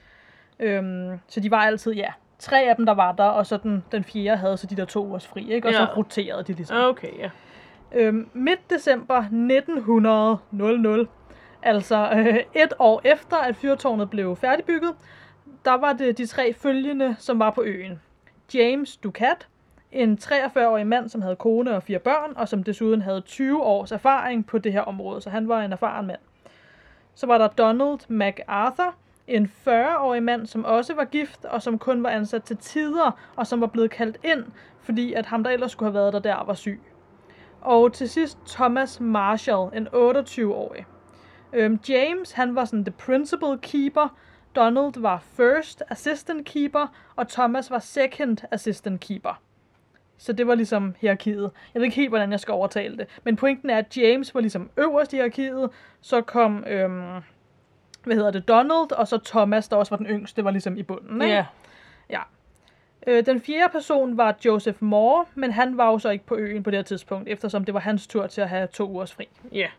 Øhm, så de var altid, ja, tre af dem, der var der, og så den, den fjerde havde så de der to ugers fri, ikke? Og ja. Så roterede de ligesom. Okay, ja. Øhm, midt december nitten hundrede, altså øh, et år efter, at fyrtårnet blev færdigbygget, der var det de tre følgende, som var på øen. James Ducat, en treogfyrre-årig mand, som havde kone og fire børn, og som desuden havde tyve års erfaring på det her område, så han var en erfaren mand. Så var der Donald MacArthur, en fyrre-årig mand, som også var gift, og som kun var ansat til tider, og som var blevet kaldt ind, fordi at ham, der ellers skulle have været der, der var syg. Og til sidst Thomas Marshall, en otteogtyve-årig. Øhm, James, han var sådan the principal keeper, Donald var first assistant keeper, og Thomas var second assistant keeper. Så det var ligesom hierarkiet. Jeg ved ikke helt, hvordan jeg skal overtale det. Men pointen er, at James var ligesom øverst i hierarkiet, så kom, øhm, hvad hedder det, Donald, og så Thomas, der også var den yngste, var ligesom i bunden, ikke? Ja. Ja. Øh, den fjerde person var Joseph Moore, men han var jo så ikke på øen på det her tidspunkt, eftersom det var hans tur til at have to ugers fri. Ja. Yeah.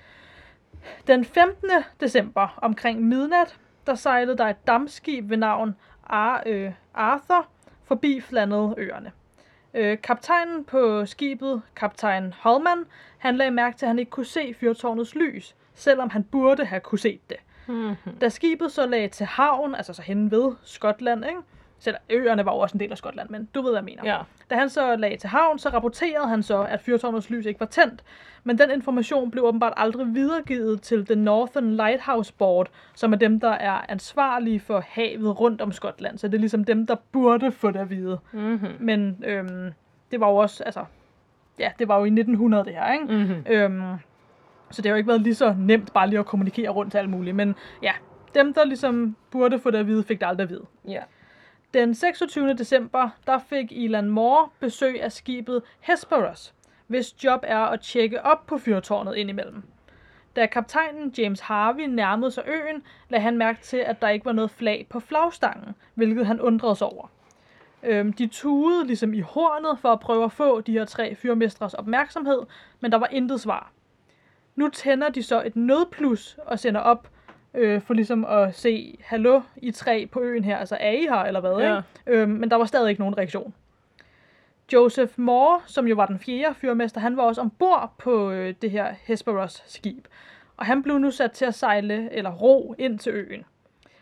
Den femtende december, omkring midnat, der sejlede der et dampskib ved navn Ar- øh, Arthur forbi Flannel-øerne. Øh, kaptajnen på skibet, kaptajn Holman, han lagde mærke til, at han ikke kunne se fyrtårnets lys, selvom han burde have kunne set det. Mm-hmm. Da skibet så lagde til havn, altså så hen ved Skotland, ikke? Selv øerne var jo også en del af Skotland, men du ved, hvad jeg mener. Ja. Da han så lagde til havn, så rapporterede han så, at fyrtårnets lys ikke var tændt. Men den information blev åbenbart aldrig videregivet til The Northern Lighthouse Board, som er dem, der er ansvarlige for havet rundt om Skotland. Så det er ligesom dem, der burde få det at vide. Mm-hmm. Men øhm, det var jo også, altså, ja, det var jo i nitten hundrede det her, ikke? Mm-hmm. Øhm, så det har jo ikke været lige så nemt bare lige at kommunikere rundt til alt muligt. Men ja, dem, der ligesom burde få det at vide, fik det aldrig at vide. Ja. Den seksogtyvende december, der fik Eilean Mor besøg af skibet Hesperus, hvis job er at tjekke op på fyrtårnet indimellem. Da kaptajnen James Harvey nærmede sig øen, lagde han mærke til, at der ikke var noget flag på flagstangen, hvilket han undrede sig over. Øhm, de tudede ligesom i hornet for at prøve at få de her tre fyrmestres opmærksomhed, men der var intet svar. Nu tænder de så et nødplus og sender op øh, for ligesom at se, hallo, I tre på øen her, altså er I her, eller hvad, Ja. ikke? Øhm, men der var stadig ikke nogen reaktion. Joseph Moore, som jo var den fjerde fyrmester, han var også ombord på øh, det her Hesperus skib, og han blev nu sat til at sejle, eller ro, ind til øen.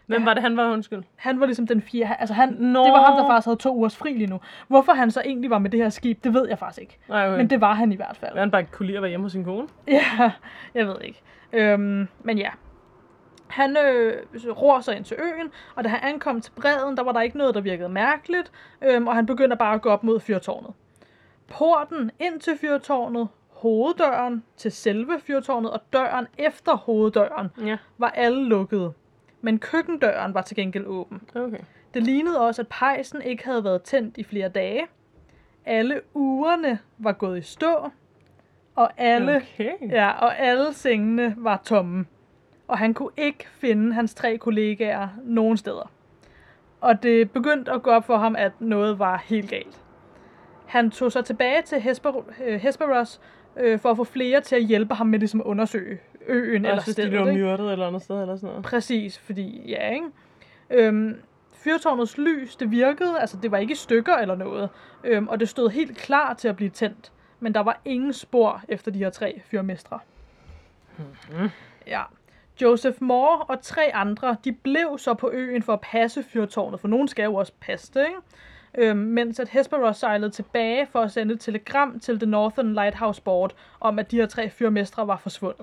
Hvem var det, han var, undskyld? Han var ligesom den fjerde. Altså han, Nå. det var ham, der faktisk havde to ugers fri lige nu. Hvorfor han så egentlig var med det her skib, det ved jeg faktisk ikke. Nej, okay. Men det var han i hvert fald. Hvad han bare kunne lide at være hjemme hos sin kone? Ja, jeg ved ikke. Øhm, men ja. Han øh, ror sig ind til øen, og da han ankom til bredden, der var der ikke noget, der virkede mærkeligt, øhm, og han begynder bare at gå op mod fyrtårnet. Porten ind til fyrtårnet, hoveddøren til selve fyrtårnet og døren efter hoveddøren Ja. var alle lukkede. Men køkkendøren var til gengæld åben. Okay. Det lignede også, at pejsen ikke havde været tændt i flere dage. Alle ugerne var gået i stå, og alle, Okay. ja, og alle sengene var tomme. Og han kunne ikke finde hans tre kollegaer nogen steder. Og det begyndte at gå op for ham, at noget var helt galt. Han tog sig tilbage til Hesper, øh, Hesperos øh, for at få flere til at hjælpe ham med ligesom at undersøge øen eller Også stedet. hvis de blev ikke? myrdet eller andet sted eller sådan noget. Præcis, fordi ja, ikke? Øhm, fyrtårnets lys, det virkede, altså det var ikke i stykker eller noget, øhm, og det stod helt klar til at blive tændt, men der var ingen spor efter de her tre fyrmestre. Mm-hmm. Ja. Joseph Moore og tre andre, de blev så på øen for at passe fyrtårnet, for nogen skal jo også passe det, ikke? Øhm, mens at Hesperos sejlede tilbage for at sende et telegram til The Northern Lighthouse Board om, at de her tre fyrmestre var forsvundet.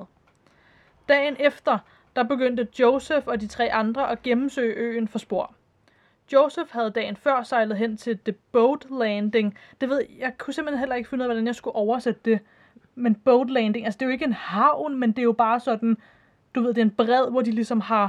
Dagen efter, der begyndte Joseph og de tre andre at gennemsøge øen for spor. Joseph havde dagen før sejlet hen til The Boat Landing. Det ved jeg, jeg kunne simpelthen heller ikke finde ud af, hvordan jeg skulle oversætte det. Men Boat Landing, altså det er jo ikke en havn, men det er jo bare sådan, du ved, det er en bred, hvor de ligesom har,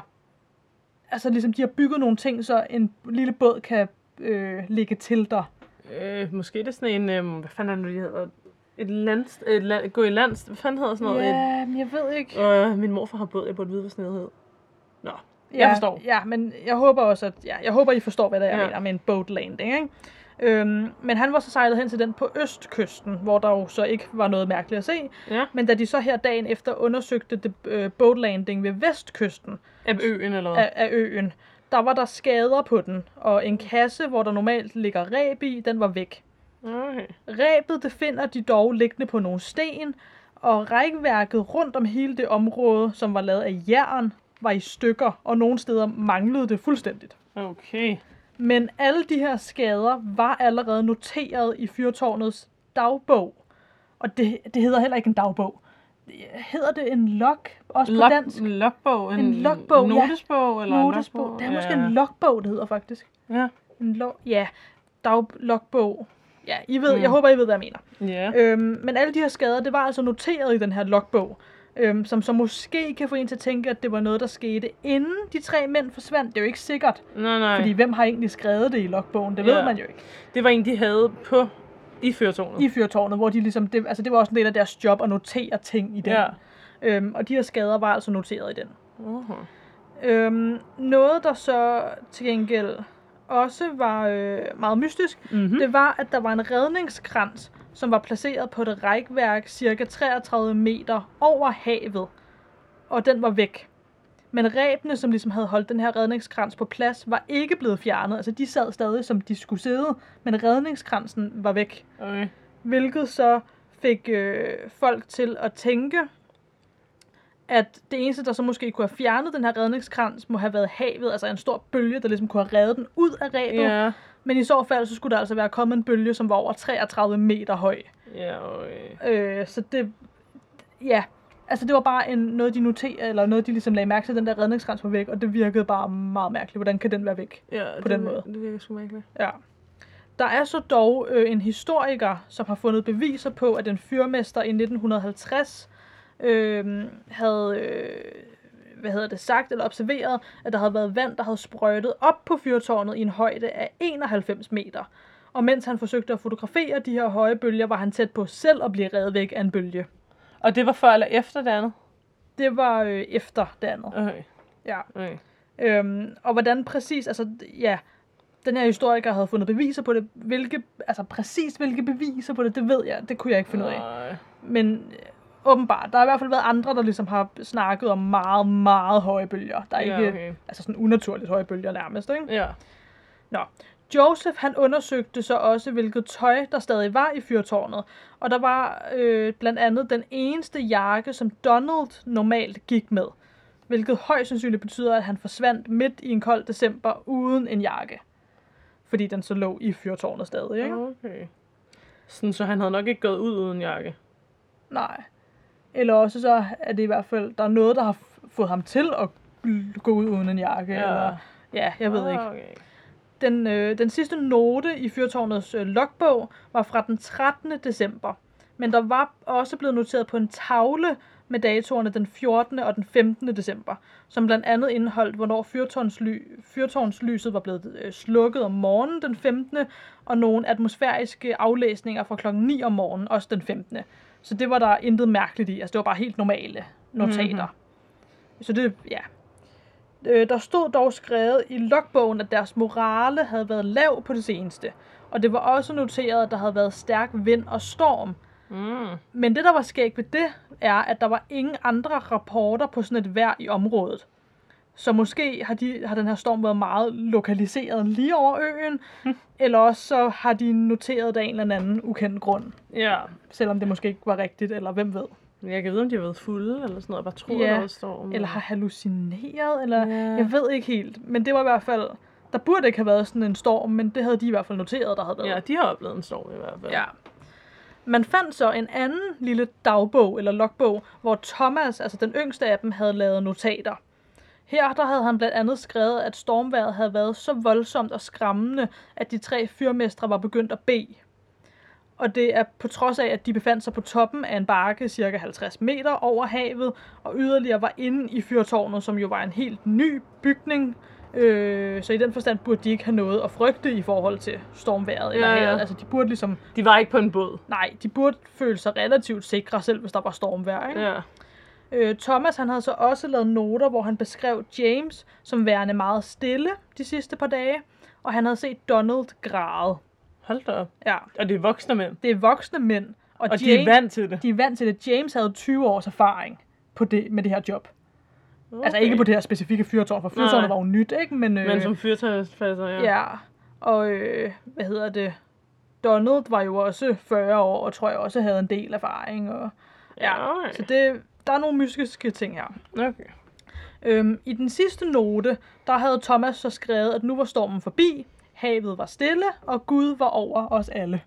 altså ligesom de har bygget nogle ting, så en lille båd kan øh, ligge til der. Øh, måske det er sådan en, øh, hvad fanden er det nu, de hedder? Et land, et land, gå i land, hvad fanden hedder sådan noget? Ja, men jeg ved ikke. Et, øh, min morfar har båd, jeg burde vide, hvad sådan noget hed. Nå, jeg Ja, forstår. Ja, men jeg håber også, at ja, jeg håber, I forstår, hvad det er, jeg Ja. mener med en boat landing, ikke? Øhm, men han var så sejlet hen til den på østkysten, hvor der jo så ikke var noget mærkeligt at se. Ja. Men da de så her dagen efter undersøgte det, øh, boat landing ved vestkysten Af øen eller hvad? af, af øen, der var der skader på den, og en kasse, hvor der normalt ligger ræb i, den var væk. Okay. Ræbet, det finder de dog liggende på nogle sten, og rækværket rundt om hele det område, som var lavet af jern, var i stykker, og nogle steder manglede det fuldstændigt. Okay. Men alle de her skader var allerede noteret i fyrtårnets dagbog. Og det, det hedder heller ikke en dagbog. Hedder det en log, også på Log, dansk? logbog? En, En logbog, en ja. notesbog? Eller Notesbog. En logbog? Det er måske ja. en logbog, det hedder faktisk. Ja. En log, ja, dag, logbog. Ja, I ved, Mm. jeg håber, I ved, hvad jeg mener. Ja. Øhm, men alle de her skader, det var altså noteret i den her logbog. Øhm, som så måske kan få en til at tænke, at det var noget, der skete, inden de tre mænd forsvandt. Det er jo ikke sikkert, Nej, nej. fordi hvem har egentlig skrevet det i logbogen? Det ved Ja. man jo ikke. Det var en, de havde på i fyrtårnet. I fyrtårnet, hvor de ligesom, det, altså det var også en del af deres job at notere ting i den. Ja. Øhm, og de her skader var altså noteret i den. Uh-huh. Øhm, noget, der så til gengæld også var øh, meget mystisk, Mm-hmm. det var, at der var en redningskrans, som var placeret på et rækværk cirka treogtredive meter over havet, og den var væk. Men ræbene, som ligesom havde holdt den her redningskrans på plads, var ikke blevet fjernet. Altså de sad stadig, som de skulle sidde, men redningskransen var væk. Okay. Hvilket så fik øh, folk til at tænke, at det eneste, der så måske kunne have fjernet den her redningskrans, må have været havet, altså en stor bølge, der ligesom kunne have revet den ud af ræbet. Ja. Men i så fald, så skulle der altså være kommet en bølge, som var over treogtredive meter høj. Ja, okay. Øh, så det, ja, altså det var bare en, noget, de noterede, eller noget, de ligesom lagde mærke til, den der redningskrans var væk, og det virkede bare meget mærkeligt. Hvordan kan den være væk? Ja, På det, den måde. Det virker sgu mærkeligt. Ja. Der er så dog øh, en historiker, som har fundet beviser på, at en fyrmester i nitten halvtreds øh, havde øh, hvad hedder det, sagt eller observeret, at der havde været vand, der havde sprøjtet op på fyrtårnet i en højde af enoghalvfems meter. Og mens han forsøgte at fotografere de her høje bølger, var han tæt på selv at blive revet væk af en bølge. Og det var før eller efter det andet? Det var øh, efter det andet. Okay. Ja. Okay. Øhm, og hvordan præcis, altså ja, den her historiker havde fundet beviser på det. Hvilke, altså præcis hvilke beviser på det, det ved jeg, det kunne jeg ikke finde ud af. Nej. Men øh, åbenbart, der har i hvert fald været andre, der ligesom har snakket om meget, meget høje bølger. Der er Ja, ikke, okay. altså sådan unaturligt høje bølger nærmest, ikke? Ja. Nå. Joseph, han undersøgte så også, hvilket tøj, der stadig var i fyrtårnet. Og der var øh, blandt andet den eneste jakke, som Donald normalt gik med. hvilket højst sandsynligt betyder, at han forsvandt midt i en kold december uden en jakke. Fordi den så lå i fyrtårnet stadig, ikke? Okay. Sådan, så han havde nok ikke gået ud uden jakke? Nej. Eller også så er det i hvert fald, der er noget, der har fået ham til at gå ud uden en jakke. Ja, eller, ja jeg ved ikke. Okay. Den, øh, den sidste note i fyrtårnets øh, logbog var fra den trettende december. Men der var også blevet noteret på en tavle med datoerne den fjortende og den femtende december, som blandt andet indeholdt, hvornår fyrtårnsly, fyrtårnslyset var blevet øh, slukket om morgenen den femtende, og nogle atmosfæriske aflæsninger fra klokken ni om morgenen, også den femtende. Så det var der intet mærkeligt i. Altså det var bare helt normale notater. Mm-hmm. Så det, ja. Øh, der stod dog skrevet i logbogen, at deres morale havde været lav på det seneste. Og det var også noteret, at der havde været stærk vind og storm. Mm. Men det, der var skægt ved det, er, at der var ingen andre rapporter på sådan et vejr i området. Så måske har, de, har den her storm været meget lokaliseret lige over øen, hm. eller også så har de noteret det af en eller anden ukendt grund. Ja. Selvom det måske ikke var rigtigt, eller hvem ved. Jeg kan vide, om de har været fulde, eller sådan noget, bare tror, ja. der var storm. Eller har hallucineret, eller ja. Jeg ved ikke helt. Men det var i hvert fald, der burde ikke have været sådan en storm, men det havde de i hvert fald noteret, der havde været. Ja, de har oplevet en storm i hvert fald. Ja. Man fandt så en anden lille dagbog, eller logbog, hvor Thomas, altså den yngste af dem, havde lavet notater. Her der havde han blandt andet skrevet, at stormvejret havde været så voldsomt og skræmmende, at de tre fyrmestre var begyndt at bede. Og det er på trods af, at de befandt sig på toppen af en bakke cirka halvtreds meter over havet, og yderligere var inde i fyrtårnet, som jo var en helt ny bygning. Øh, så i den forstand burde de ikke have noget at frygte i forhold til stormvejret eller ja, ja. havet. Altså de burde ligesom... De var ikke på en båd. Nej, de burde føle sig relativt sikre, selv hvis der var stormvejr, ikke? Ja. Øh, Thomas han havde så også lavet noter, hvor han beskrev James som værende meget stille de sidste par dage, og han havde set Donald græde. Hold da op. Ja. Og det er voksne mænd. Det er voksne mænd. Og, og James, de er vant til det. De er vant til det. James havde tyve års erfaring på det, med det her job. Okay. Altså ikke på det her specifikke fyrtårn, for fyrtårnet var jo nyt, ikke? Men, øh, Men som fyrtårnsfasser, ja. Ja, og øh, hvad hedder det? Donald var jo også fyrre år, og tror jeg også havde en del erfaring. Og, ja, okay. Så det, der er nogle mystiske ting her. Okay. Øhm, I den sidste note, der havde Thomas så skrevet, at nu var stormen forbi, havet var stille, og Gud var over os alle.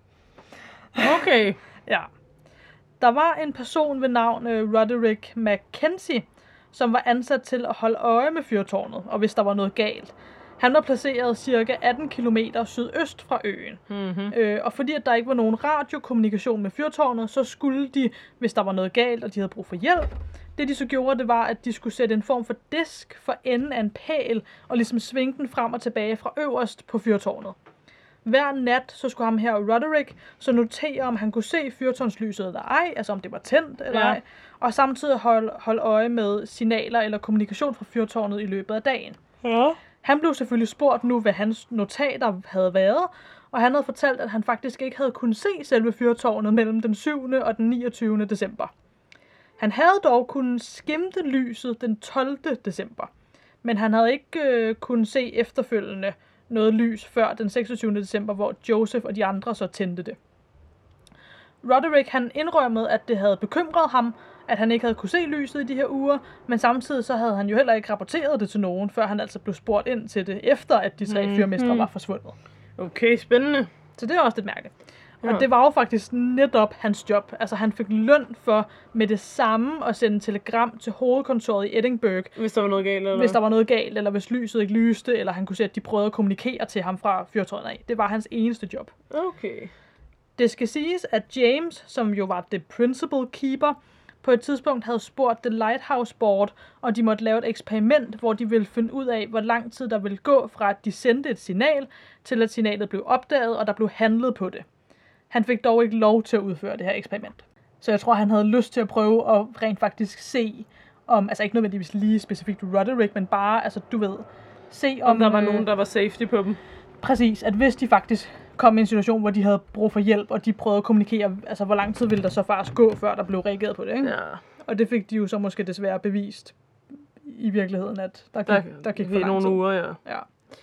Okay. Ja. Der var en person ved navn uh, Roderick Mackenzie, som var ansat til at holde øje med fyrtårnet, og hvis der var noget galt. Han var placeret cirka atten kilometer sydøst fra øen. Mm-hmm. Øh, og fordi at der ikke var nogen radiokommunikation med fyrtårnet, så skulle de, hvis der var noget galt, og de havde brug for hjælp, det de så gjorde, det var, at de skulle sætte en form for disk for enden af en pæl, og ligesom svinge den frem og tilbage fra øverst på fyrtårnet. Hver nat, så skulle ham her Roderick så notere, om han kunne se fyrtårnslyset eller ej, altså om det var tændt eller ja. ej, og samtidig holde, holde øje med signaler eller kommunikation fra fyrtårnet i løbet af dagen. Ja. Han blev selvfølgelig spurgt nu, hvad hans notater havde været, og han havde fortalt, at han faktisk ikke havde kunnet se selve fyrtårnet mellem den syvende og den niogtyvende december. Han havde dog kunnet skimte lyset den tolvte december, men han havde ikke øh, kunnet se efterfølgende noget lys før den seksogtyvende december, hvor Joseph og de andre så tændte det. Roderick han indrømmede, at det havde bekymret ham, at han ikke havde kunne se lyset i de her uger, men samtidig så havde han jo heller ikke rapporteret det til nogen, før han altså blev spurgt ind til det, efter at de tre mm-hmm. fyrmestre var forsvundet. Okay, spændende. Så det er også lidt mærkeligt. Ja. Og det var jo faktisk netop hans job. Altså han fik løn for med det samme at sende telegram til hovedkontoret i Edinburgh. Hvis der var noget galt, eller? Hvis der var noget galt, eller hvis lyset ikke lyste, eller han kunne se, at de prøvede at kommunikere til ham fra fyrtårnet af. Det var hans eneste job. Okay. Det skal siges, at James, som jo var the principal keeper, på et tidspunkt havde spurgt The Lighthouse Board, og de måtte lave et eksperiment, hvor de ville finde ud af, hvor lang tid der ville gå fra, at de sendte et signal, til at signalet blev opdaget, og der blev handlet på det. Han fik dog ikke lov til at udføre det her eksperiment. Så jeg tror, han havde lyst til at prøve at rent faktisk se, om, altså ikke nødvendigvis lige specifikt Roderick, men bare, altså du ved, se om... Om der var øh, nogen, der var safety på dem. Præcis, at hvis de faktisk kom i en situation, hvor de havde brug for hjælp, og de prøvede at kommunikere, altså hvor lang tid ville der så faktisk gå, før der blev reageret på det, ikke? Ja. Og det fik de jo så måske desværre bevist i virkeligheden, at der gik, der, der gik for lang nogle tid. uger, ja. ja.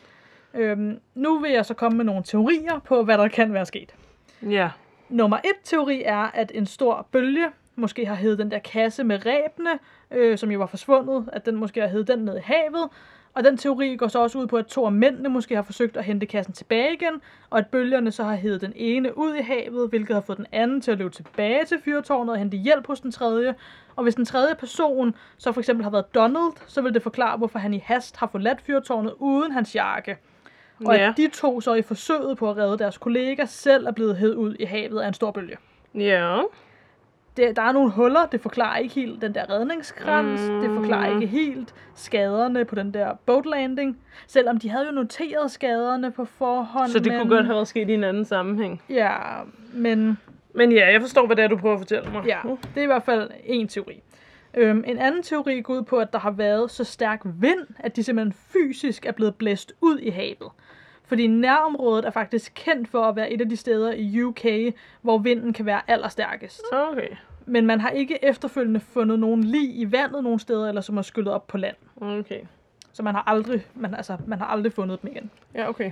Øhm, nu vil jeg så komme med nogle teorier på, hvad der kan være sket. Ja. Nummer et teori er, at en stor bølge måske har hævet den der kasse med ræbene, øh, som jo var forsvundet, at den måske har hævet den ned i havet. Og den teori går så også ud på, at to af mændene måske har forsøgt at hente kassen tilbage igen, og at bølgerne så har hævet den ene ud i havet, hvilket har fået den anden til at løbe tilbage til fyrtårnet og hente hjælp hos den tredje. Og hvis den tredje person så for eksempel har været Donald, så vil det forklare, hvorfor han i hast har forladt fyrtårnet uden hans jakke. Og ja. At de to så i forsøget på at redde deres kollega selv er blevet hævet ud i havet af en stor bølge. Ja. Det, der er nogle huller, det forklarer ikke helt den der redningskrans, mm. det forklarer ikke helt skaderne på den der boat landing, selvom de havde jo noteret skaderne på forhånd. Så det men... kunne godt have været sket i en anden sammenhæng. Ja, men... Men ja, jeg forstår, hvad det er, du prøver at fortælle mig. Ja, det er i hvert fald en teori. Øhm, en anden teori går ud på, at der har været så stærk vind, at de simpelthen fysisk er blevet blæst ud i havet. Fordi nærområdet er faktisk kendt for at være et af de steder i U K, hvor vinden kan være allerstærkest. Okay. Men man har ikke efterfølgende fundet nogen lig i vandet nogen steder, eller som er skyllet op på land. Okay. Så man har aldrig, man, altså, man har aldrig fundet dem igen. Ja, okay.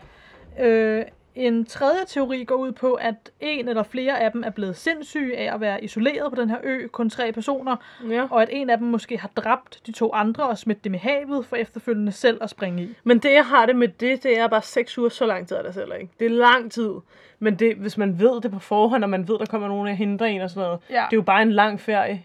Øh, en tredje teori går ud på, at en eller flere af dem er blevet sindssyge af at være isoleret på den her ø, kun tre personer, ja. Og at en af dem måske har dræbt de to andre og smidt dem i havet, for efterfølgende selv at springe i. Men det, jeg har det med det, det er bare seks uger, så lang tid er det selv ikke. Det er lang tid, men det, hvis man ved det på forhånd, og man ved, der kommer nogen og hindrer en og sådan noget, ja. Det er jo bare en lang ferie.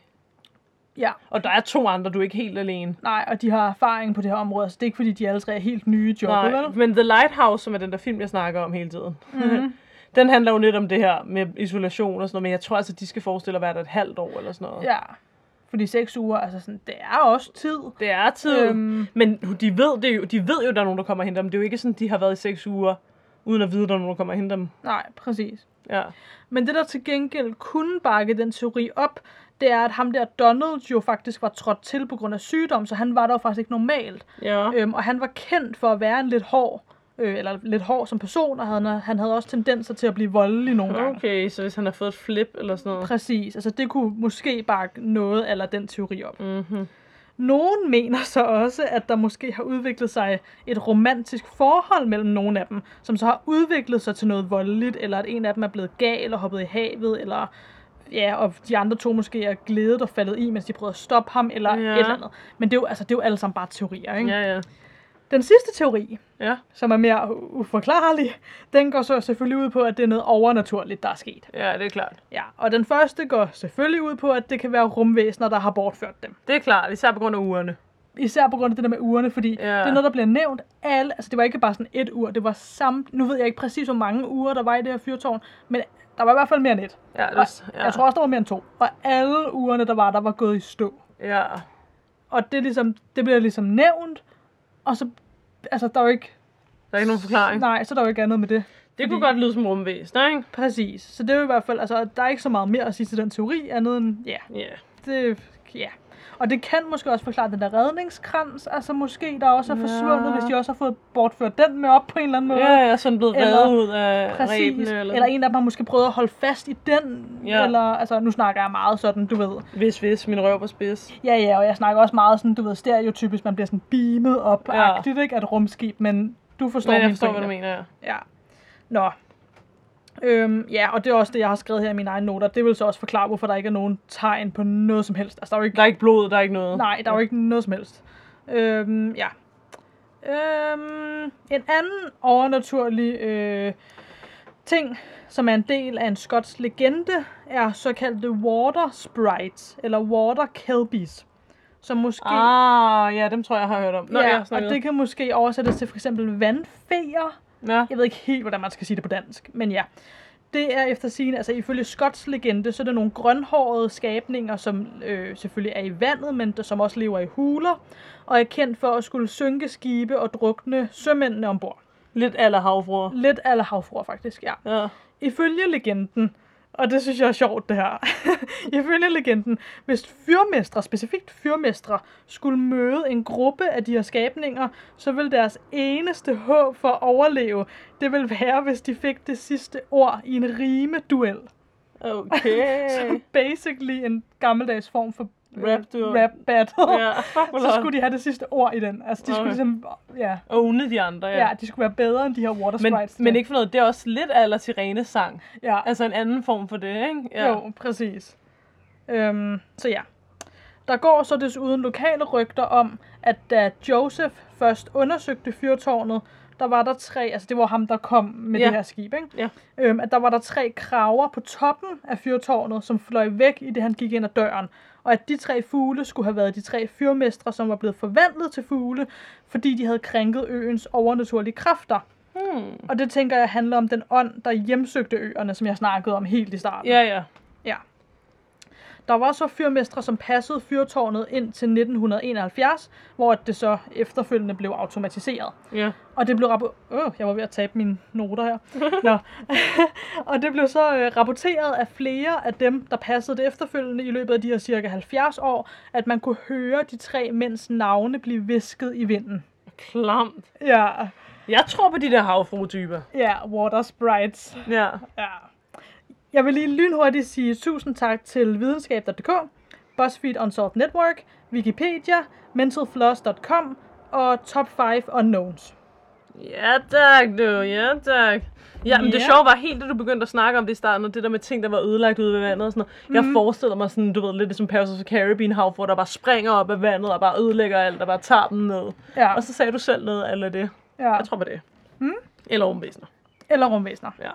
Ja. Og der er to andre, du er ikke helt alene. Nej, og de har erfaring på det her område, så det er ikke fordi, de alle tre er helt nye i jobbet, vel? Men The Lighthouse, som er den der film, jeg snakker om hele tiden, mm-hmm. den handler jo lidt om det her med isolation og sådan noget, men jeg tror altså, de skal forestille at være der et halvt år eller sådan noget. Ja, fordi seks uger, altså sådan, det er også tid. Det er tid, øhm. men de ved, det jo, de ved jo, der er nogen, der kommer og henter dem. Det er jo ikke sådan, de har været i seks uger, uden at vide, der er nogen, der kommer og henter dem. Nej, præcis. Ja. Men det, der til gengæld kunne bakke den teori op, det er, at ham der Donald jo faktisk var trådt til på grund af sygdom, så han var der jo faktisk ikke normalt. Ja. Øhm, og han var kendt for at være en lidt hård, øh, eller lidt hård som person, og han, han havde også tendenser til at blive voldelig nogle gange. Okay, så hvis han har fået et flip eller sådan noget. Præcis, altså det kunne måske bakke noget eller den teori op. Mhm. Nogen mener så også, at der måske har udviklet sig et romantisk forhold mellem nogle af dem, som så har udviklet sig til noget voldeligt, eller at en af dem er blevet gal og hoppet i havet, eller ja, og de andre to måske er glædet og faldet i, mens de prøvede at stoppe ham, eller ja. Et eller andet. Men det er jo, altså, det er jo alle sammen bare teorier, ikke? Ja, ja. Den sidste teori, ja. som er mere uforklarlig, den går så selvfølgelig ud på, at det er noget overnaturligt, der er sket. Ja, det er klart. Ja, og den første går selvfølgelig ud på, at det kan være rumvæsener, der har bortført dem. Det er klart, især på grund af ugerne. Især på grund af det der med ugerne, fordi ja. Det er noget, der bliver nævnt alle, altså det var ikke bare sådan et ur, det var samt, nu ved jeg ikke præcis, hvor mange uger der var i det her fyrtårn, men der var i hvert fald mere end et. Ja, det, ja. Jeg tror også, der var mere end to. Og alle ugerne, der var, der var gået i stå. Ja. Og det, er ligesom, det bliver ligesom nævnt, og så, altså der er jo ikke... Der er ikke nogen forklaring? Nej, så der er jo ikke andet med det. Det fordi, kunne godt lyde som rumvæsen, ikke? Præcis. Så det er jo i hvert fald, altså der er ikke så meget mere at sige til den teori, andet end, ja. Ja. Det, ja. Og det kan måske også forklare den der redningskrans, altså måske der også er ja. forsvundet, hvis de også har fået bortført den med op på en eller anden måde. Ja, ja, sådan blevet reddet ud af præcis, rebene. Eller... eller en af dem har måske prøvet at holde fast i den, ja. Eller, altså nu snakker jeg meget sådan, du ved. Hvis, hvis, min røv var spids. Ja, ja, og jeg snakker også meget sådan, du ved, stereotypisk, man bliver sådan beamet op-agtigt, ja. Ikke, af et rumskib, men du forstår men jeg min forstår, hvad du mener, ja. Ja. Nå. Øhm, ja, og det er også det, jeg har skrevet her i mine egne noter. Det vil så også forklare, hvorfor der ikke er nogen tegn på noget som helst. Altså, der er jo ikke... Der er ikke blod, der er ikke noget. Nej, der er jo ikke noget som helst. Øhm, ja. Øhm, en anden overnaturlig øh, ting, som er en del af en skotsk legende, er såkaldte water sprites, eller water kelpies. Som måske... Ah, ja, dem tror jeg, jeg har hørt om. Nå, ja, ja, og det kan måske oversættes til for eksempel vandfeer. Ja. Jeg ved ikke helt, hvordan man skal sige det på dansk, men ja. Det er efter sigende, altså ifølge Scotts legende, så er det nogle grønhårede skabninger, som øh, selvfølgelig er i vandet, men der, som også lever i huler, og er kendt for at skulle synke skibe og drukne sømændene ombord. Lidt aller havfruer. Lidt aller havfruer, faktisk, ja. ja. Ifølge legenden, og det synes jeg er sjovt, det her. Ifølge legenden, hvis fyrmestre, specifikt fyrmestre, skulle møde en gruppe af de her skabninger, så vil deres eneste håb for at overleve, det vil være, hvis de fik det sidste ord i en rime-duel. Okay. Så basically en gammeldags form for rap, rap battle. Ja, så skulle de have det sidste ord i den. Altså de okay. skulle ligesom, ja. Owne de andre, ja. Ja, de skulle være bedre end de her water sprites. Men, men ikke for noget, det er også lidt aller Sirenes sang. Ja. Altså en anden form for det, ikke? Ja. Jo, præcis. Øhm, så ja. Der går så desuden lokale rygter om, at da Joseph først undersøgte fyrtårnet, der var der tre, altså det var ham, der kom med Ja. det her skib, ikke? Ja. Øhm, at der var der tre kraver på toppen af fyrtårnet, som fløj væk, i det han gik ind ad døren. Og at de tre fugle skulle have været de tre fyrmestre, som var blevet forvandlet til fugle, fordi de havde krænket øens overnaturlige kræfter. Hmm. Og det tænker jeg handler om den ånd, der hjemsøgte øerne, som jeg snakkede om helt i starten. Ja, ja. Ja. Der var så fyrmestre, som passede fyrtårnet ind til nitten enoghalvfjerds, hvor det så efterfølgende blev automatiseret. Ja. Og det blev rappo- Åh, jeg var ved at tabe mine noter her. Nå. Og det blev så øh, rapporteret af flere af dem, der passede det efterfølgende i løbet af de her cirka halvfjerds år, at man kunne høre de tre mænds navne blive visket i vinden. Klamt. Ja, Jeg tror på de der havfruetyper. ja, water sprites. Ja. Ja. Jeg vil lige lynhurtigt sige tusind tak til videnskab punktum d k, BuzzFeed Unsolved Network, Wikipedia, mental floss punktum com og Top fem Unknowns. Ja tak, du. Ja tak. Ja, men det Ja. sjove var helt, da du begyndte at snakke om det i starten, og det der med ting, der var ødelagt ude ved vandet og sådan noget. Jeg Mhm. forestiller mig sådan, du ved, lidt som Pirates of the Caribbean havfruer, der bare springer op af vandet og bare ødelægger alt, og bare tager dem ned. Ja, Og så sagde du selv noget af alt det. ja. Jeg tror på det. Mm. Eller rumvæsener. Eller rumvæsener. Ja.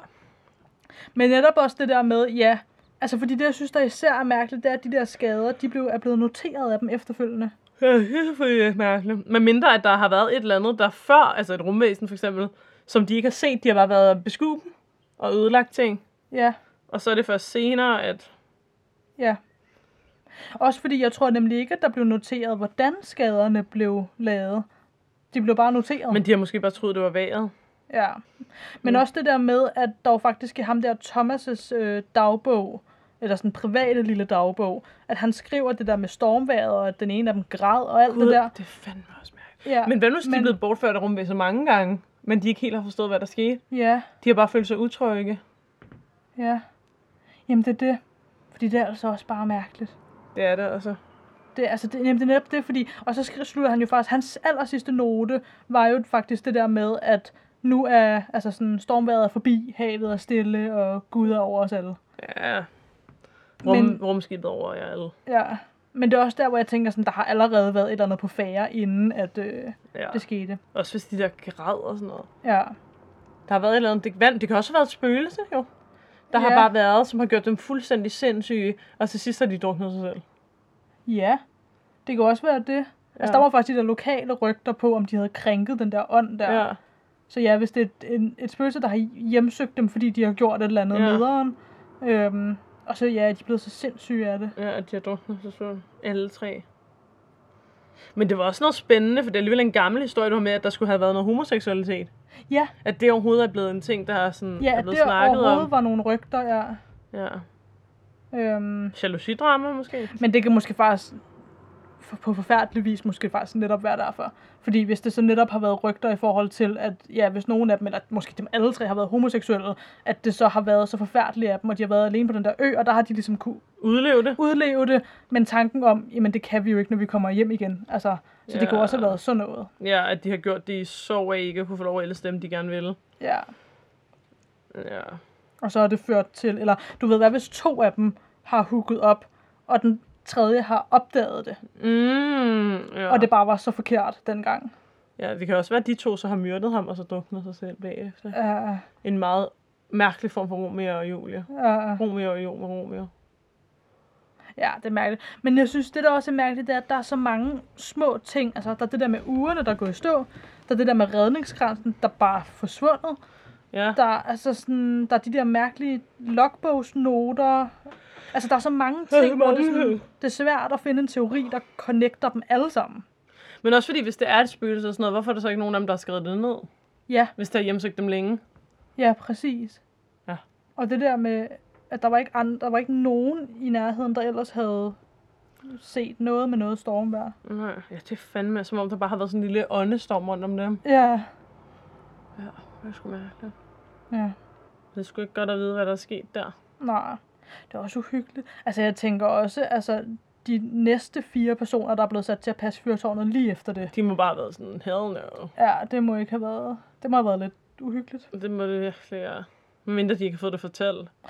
Men netop også det der med, ja, altså fordi det, jeg synes, der især er mærkeligt, det er, at de der skader, de blev, er blevet noteret af dem efterfølgende. Ja, det er selvfølgelig mærkeligt. Men mindre, at der har været et eller andet, der før, altså et rumvæsen for eksempel, som de ikke har set, de har bare været beskudt og ødelagt ting. Ja, Og så er det først senere, at... ja. Også fordi jeg tror nemlig ikke, at der blev noteret, hvordan skaderne blev lavet. De blev bare noteret. Men de har måske bare troet, det var vejret. Ja. Men Mm. også det der med, at der var faktisk i ham der Thomas' øh, dagbog, eller sådan en private lille dagbog, at han skriver det der med stormvejret, og at den ene af dem græd, og alt Gud, det der. det er fandme også mærkeligt. Ja. Men hvad nu, hvis de men- er blevet bortført af rumvæsener mange gange, men de ikke helt har forstået, hvad der skete? Ja, De har bare følt sig utrygge. ja. Jamen det er det. Fordi det er altså også bare mærkeligt. Det er det, altså. Det, altså, det, jamen, det er netop det, fordi... Og så skriver, slutter han jo faktisk... Hans aller sidste note var jo faktisk det der med, at nu er altså sådan, stormvejret er forbi, havet er stille, og Gud er over os alle. Ja. Rum, Men- rumskibet over jer alle. Ja. Men det er også der, hvor jeg tænker, sådan, der har allerede været et eller andet på færre, inden at øh, Ja. det skete. Også hvis de der græd og sådan noget. Ja. Der har været et eller andet... Det, vand, det kan også have været et spøgelse, jo. Der har Ja. bare været, som har gjort dem fuldstændig sindssyge, og til sidst har de druknet sig selv. Ja. Det kan også være det. Ja. Altså, der var faktisk de der lokale rygter på, om de havde krænket den der ånd der. Ja. Så ja, hvis det er et, en, et spøgelse, der har hjemsøgt dem, fordi de har gjort et eller andet Ja. nederen. Øhm, og så ja, de er blevet så sindssyge af det. Ja, at de har druknet sig selv. Alle tre. Men det var også noget spændende, for det er alligevel en gammel historie, du har med, at der skulle have været noget homoseksualitet. Ja, At det overhovedet er blevet en ting, der er, sådan, ja er at blevet det snakket overhovedet om. var nogle rygter, ja. Ja. Øhm, Jalousidrama måske? men det kan måske faktisk for, på forfærdelig vis måske faktisk netop være derfor. Fordi hvis det så netop har været rygter i forhold til, at ja, hvis nogen af dem, eller måske dem alle tre har været homoseksuelle, at det så har været så forfærdeligt af dem, og de har været alene på den der ø, og der har de ligesom kunne Udleve det? udleve det, men tanken om, jamen det kan vi jo ikke, når vi kommer hjem igen. Altså, så det kunne Ja. også have været sådan noget. Ja, at de har gjort det i sorg af ikke at kunne få lov at ældes dem, de gerne ville. Ja. Ja. Og så er det ført til, eller du ved hvad, hvis to af dem har hooket op, og den tredje har opdaget det, Mm, ja. og det bare var så forkert dengang. Ja, det kan også være, at de to så har myrdet ham, og så druknet sig selv bagefter. Ja, En meget mærkelig form for Romeo og Julia. ja, Romeo og Julia med Romeo. ja, det er mærkeligt. Men jeg synes, det der også er mærkeligt, det er, at der er så mange små ting. Altså, der er det der med ugerne, der går i stå. Der er det der med redningskransen, der bare er forsvundet. Ja. Der er, altså sådan, der er de der mærkelige logbogsnoter. Altså, der er så mange ting, hvor det er, sådan, det er svært at finde en teori, der connecter dem alle sammen. Men også fordi, hvis det er et spøgelse og sådan noget, hvorfor er der så ikke nogen af dem, der har skrevet det ned? Ja, Hvis der har hjemsøgt dem længe. ja, præcis. Ja. Og det der med, at der var ikke, andre, der var ikke nogen i nærheden, der ellers havde set noget med noget stormvejr. Nej, ja, det er fandme, som om der bare har været sådan en lille åndestorm rundt om dem. Ja, Ja, det er sgu mærkeligt. ja. Det er sgu ikke godt at vide, hvad der er sket der. Nej, det er også uhyggeligt. Altså, jeg tænker også, altså, de næste fire personer, der er blevet sat til at passe fyrtårnet lige efter det. De må bare have været sådan, hell no. Ja, det må ikke have været, det må have været lidt uhyggeligt. Det må det virkelig være. Mindre de ikke har fået det fortalt.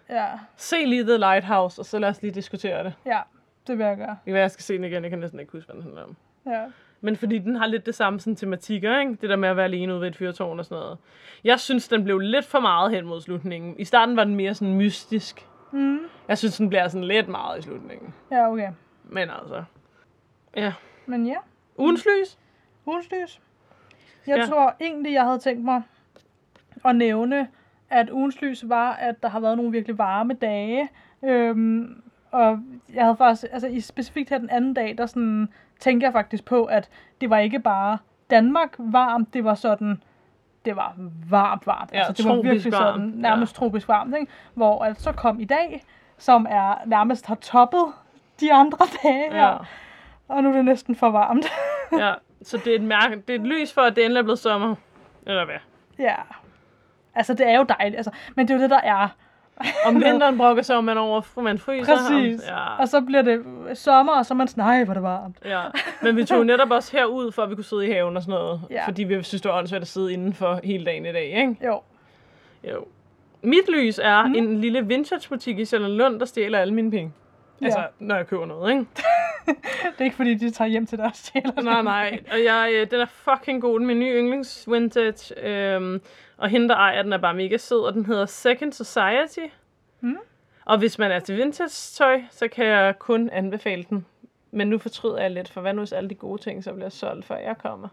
Ja. Se lige The Lighthouse, og så lad os lige diskutere det. Ja, det vil jeg gøre. Det kan være, jeg skal se den igen. Jeg kan næsten ikke huske, hvad den handler om. Ja. Men fordi den har lidt det samme sådan, tematikker, ikke? Det der med at være alene ude ved et fyrtårn og sådan noget. Jeg synes, den blev lidt for meget hen mod slutningen. I starten var den mere sådan mystisk. Mm. Jeg synes, den bliver sådan lidt meget i slutningen. Ja, okay. Men altså... Ja. Men ja. Ugens lys? Ugens lys. Jeg Ja. tror egentlig, jeg havde tænkt mig at nævne, at ugens lys var, at der har været nogle virkelig varme dage. Øhm, og jeg havde faktisk, altså i specifikt her den anden dag, der sådan, tænkte jeg faktisk på, at det var ikke bare Danmark varmt, det var sådan, det var varmt, varmt. Ja, altså, det var tropisk virkelig varmt. sådan, nærmest Ja. tropisk varmt, ikke? Hvor altså, så kom i dag, som er nærmest har toppet de andre dage her. Ja. Og nu er det næsten for varmt. Ja. Så det er, et mærke, det er et lys for, at det endelig er blevet sommer. Eller hvad? Ja. Altså, det er jo dejligt. Altså, men det er jo det, der er. Om vinteren brokker sig, om man over, for man fryser. Præcis. Ja. Og så bliver det sommer, og så er man sådan, nej, hvor er det varmt. Ja. Men vi tog netop også herud, for at vi kunne sidde i haven og sådan noget. Ja. Fordi vi synes, det var åndssvagt at sidde indenfor hele dagen i dag, ikke? Jo. Jo. Mit lys er Mm. mm. en lille vintage-butik i Sjælland, der stjæler alle mine penge. Ja. Altså, når jeg køber noget, ikke? Det er ikke fordi, de tager hjem til deres stjæler. Nej, nej. Og jeg, øh, den er fucking god. Min nye yndlings vintage. Øhm, og hende, der ejer den, er bare mega sød. Og den hedder Second Society. Mm. Og hvis man er til vintage-tøj, så kan jeg kun anbefale den. Men nu fortryder jeg lidt, for hvad nu hvis alle de gode ting, så bliver solgt, før jeg kommer.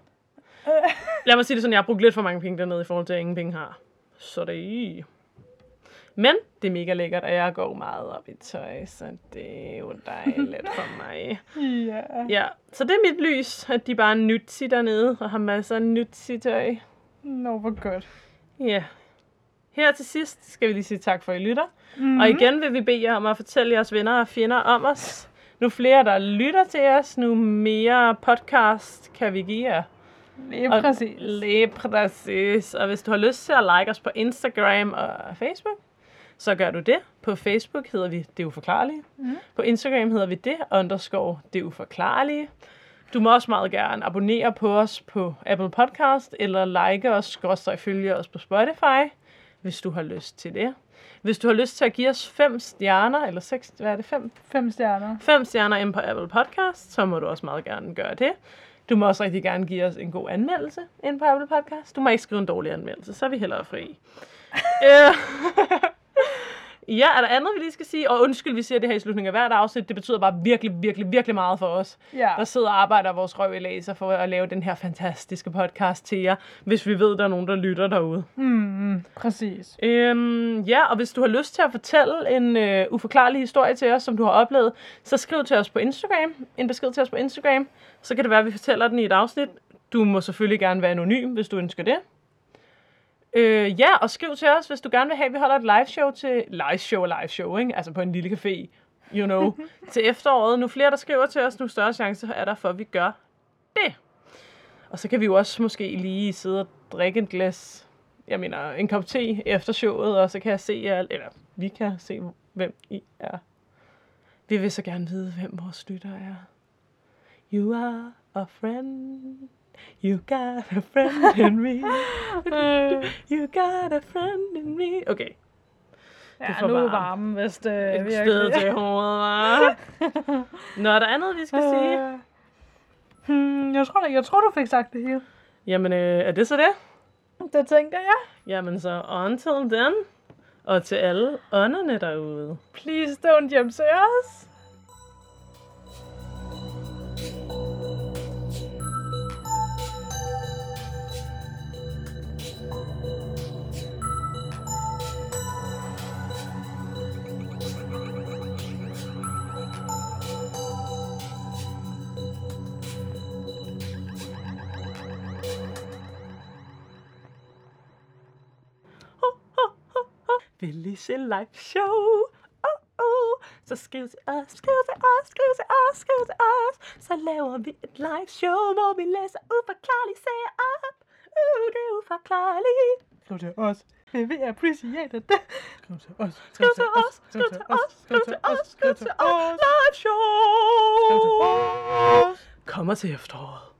Lad mig sige det sådan, jeg har brugt lidt for mange penge dernede, i forhold til, at jeg ingen penge har. Så det er... Men det er mega lækkert, og jeg går meget op i tøj, så det er jo dejligt for mig. Ja. Ja, så det er mit lys, at de bare er nytsi dernede, og har masser af nytsi tøj. Nå, hvor godt. Ja. Her til sidst skal vi lige sige tak for, at I lytter. Mm-hmm. Mm-hmm. Og igen vil vi bede jer om at fortælle jeres venner og fjender om os. Nu flere, der lytter til os, nu mere podcast kan vi give jer. Lige Og præcis. Lige præcis. Og hvis du har lyst til at like os på Instagram og Facebook, så gør du det. På Facebook hedder vi Det Uforklarlige. Mm. På Instagram hedder vi det underscore Det Uforklarlige. Du må også meget gerne abonnere på os på Apple Podcast, eller like os, skråstreg følge os på Spotify, hvis du har lyst til det. Hvis du har lyst til at give os fem stjerner, eller seks, hvad er det, fem? Fem stjerner. Fem stjerner inde på Apple Podcast, så må du også meget gerne gøre det. Du må også rigtig gerne give os en god anmeldelse inde på Apple Podcast. Du må ikke skrive en dårlig anmeldelse, så er vi hellere fri. øh, ja, er der andet, vi lige skal sige? Og undskyld, vi siger det her i slutningen af hvert afsnit. Det betyder bare virkelig, virkelig, virkelig meget for os. Ja. Der sidder og arbejder vores røv i laser for at lave den her fantastiske podcast til jer, hvis vi ved, der er nogen, der lytter derude. Mm, præcis. Øhm, ja, og hvis du har lyst til at fortælle en øh, uforklarlig historie til os, som du har oplevet, så skriv til os på Instagram. En besked til os på Instagram. Så kan det være, at vi fortæller den i et afsnit. Du må selvfølgelig gerne være anonym, hvis du ønsker det. Øh, ja, og skriv til os, hvis du gerne vil have, at vi holder et live show til... Live show og live show, ikke? Altså på en lille café, you know. Til efteråret. Nu flere, der skriver til os, nu større chance er der for, at vi gør det. Og så kan vi jo også måske lige sidde og drikke et glas, jeg mener, en kop te efter showet, og så kan jeg se jer, eller vi kan se, hvem I er. Vi vil så gerne vide, hvem vores lytter er. You are a friend. You got a friend in me. You got a friend in me. Okay. Ja, for nu er varmt. varmen, hvis det Et sted til hovedet, hva'? Nå, er der andet, vi skal sige? Hmm, jeg, tror, da, jeg tror, du fik sagt det hele. Jamen, øh, er det så det? Det tænker jeg. Jamen så, until then. Og til alle ånderne derude. Please don't hjemsøge os. Vil I se live show? Oh, oh. Så skriv til os, skriv til os, skriv til os, skriv til os. Så laver vi et live show, hvor vi læser uforklarlige sager op. Uh, det er uforklarligt. Skriv til os. Vi appreciate det. Skriv til os. Skriv til os, skriv til os, skriv til os, skriv til os. Live show. Skriv til os. Kommer til efteråret.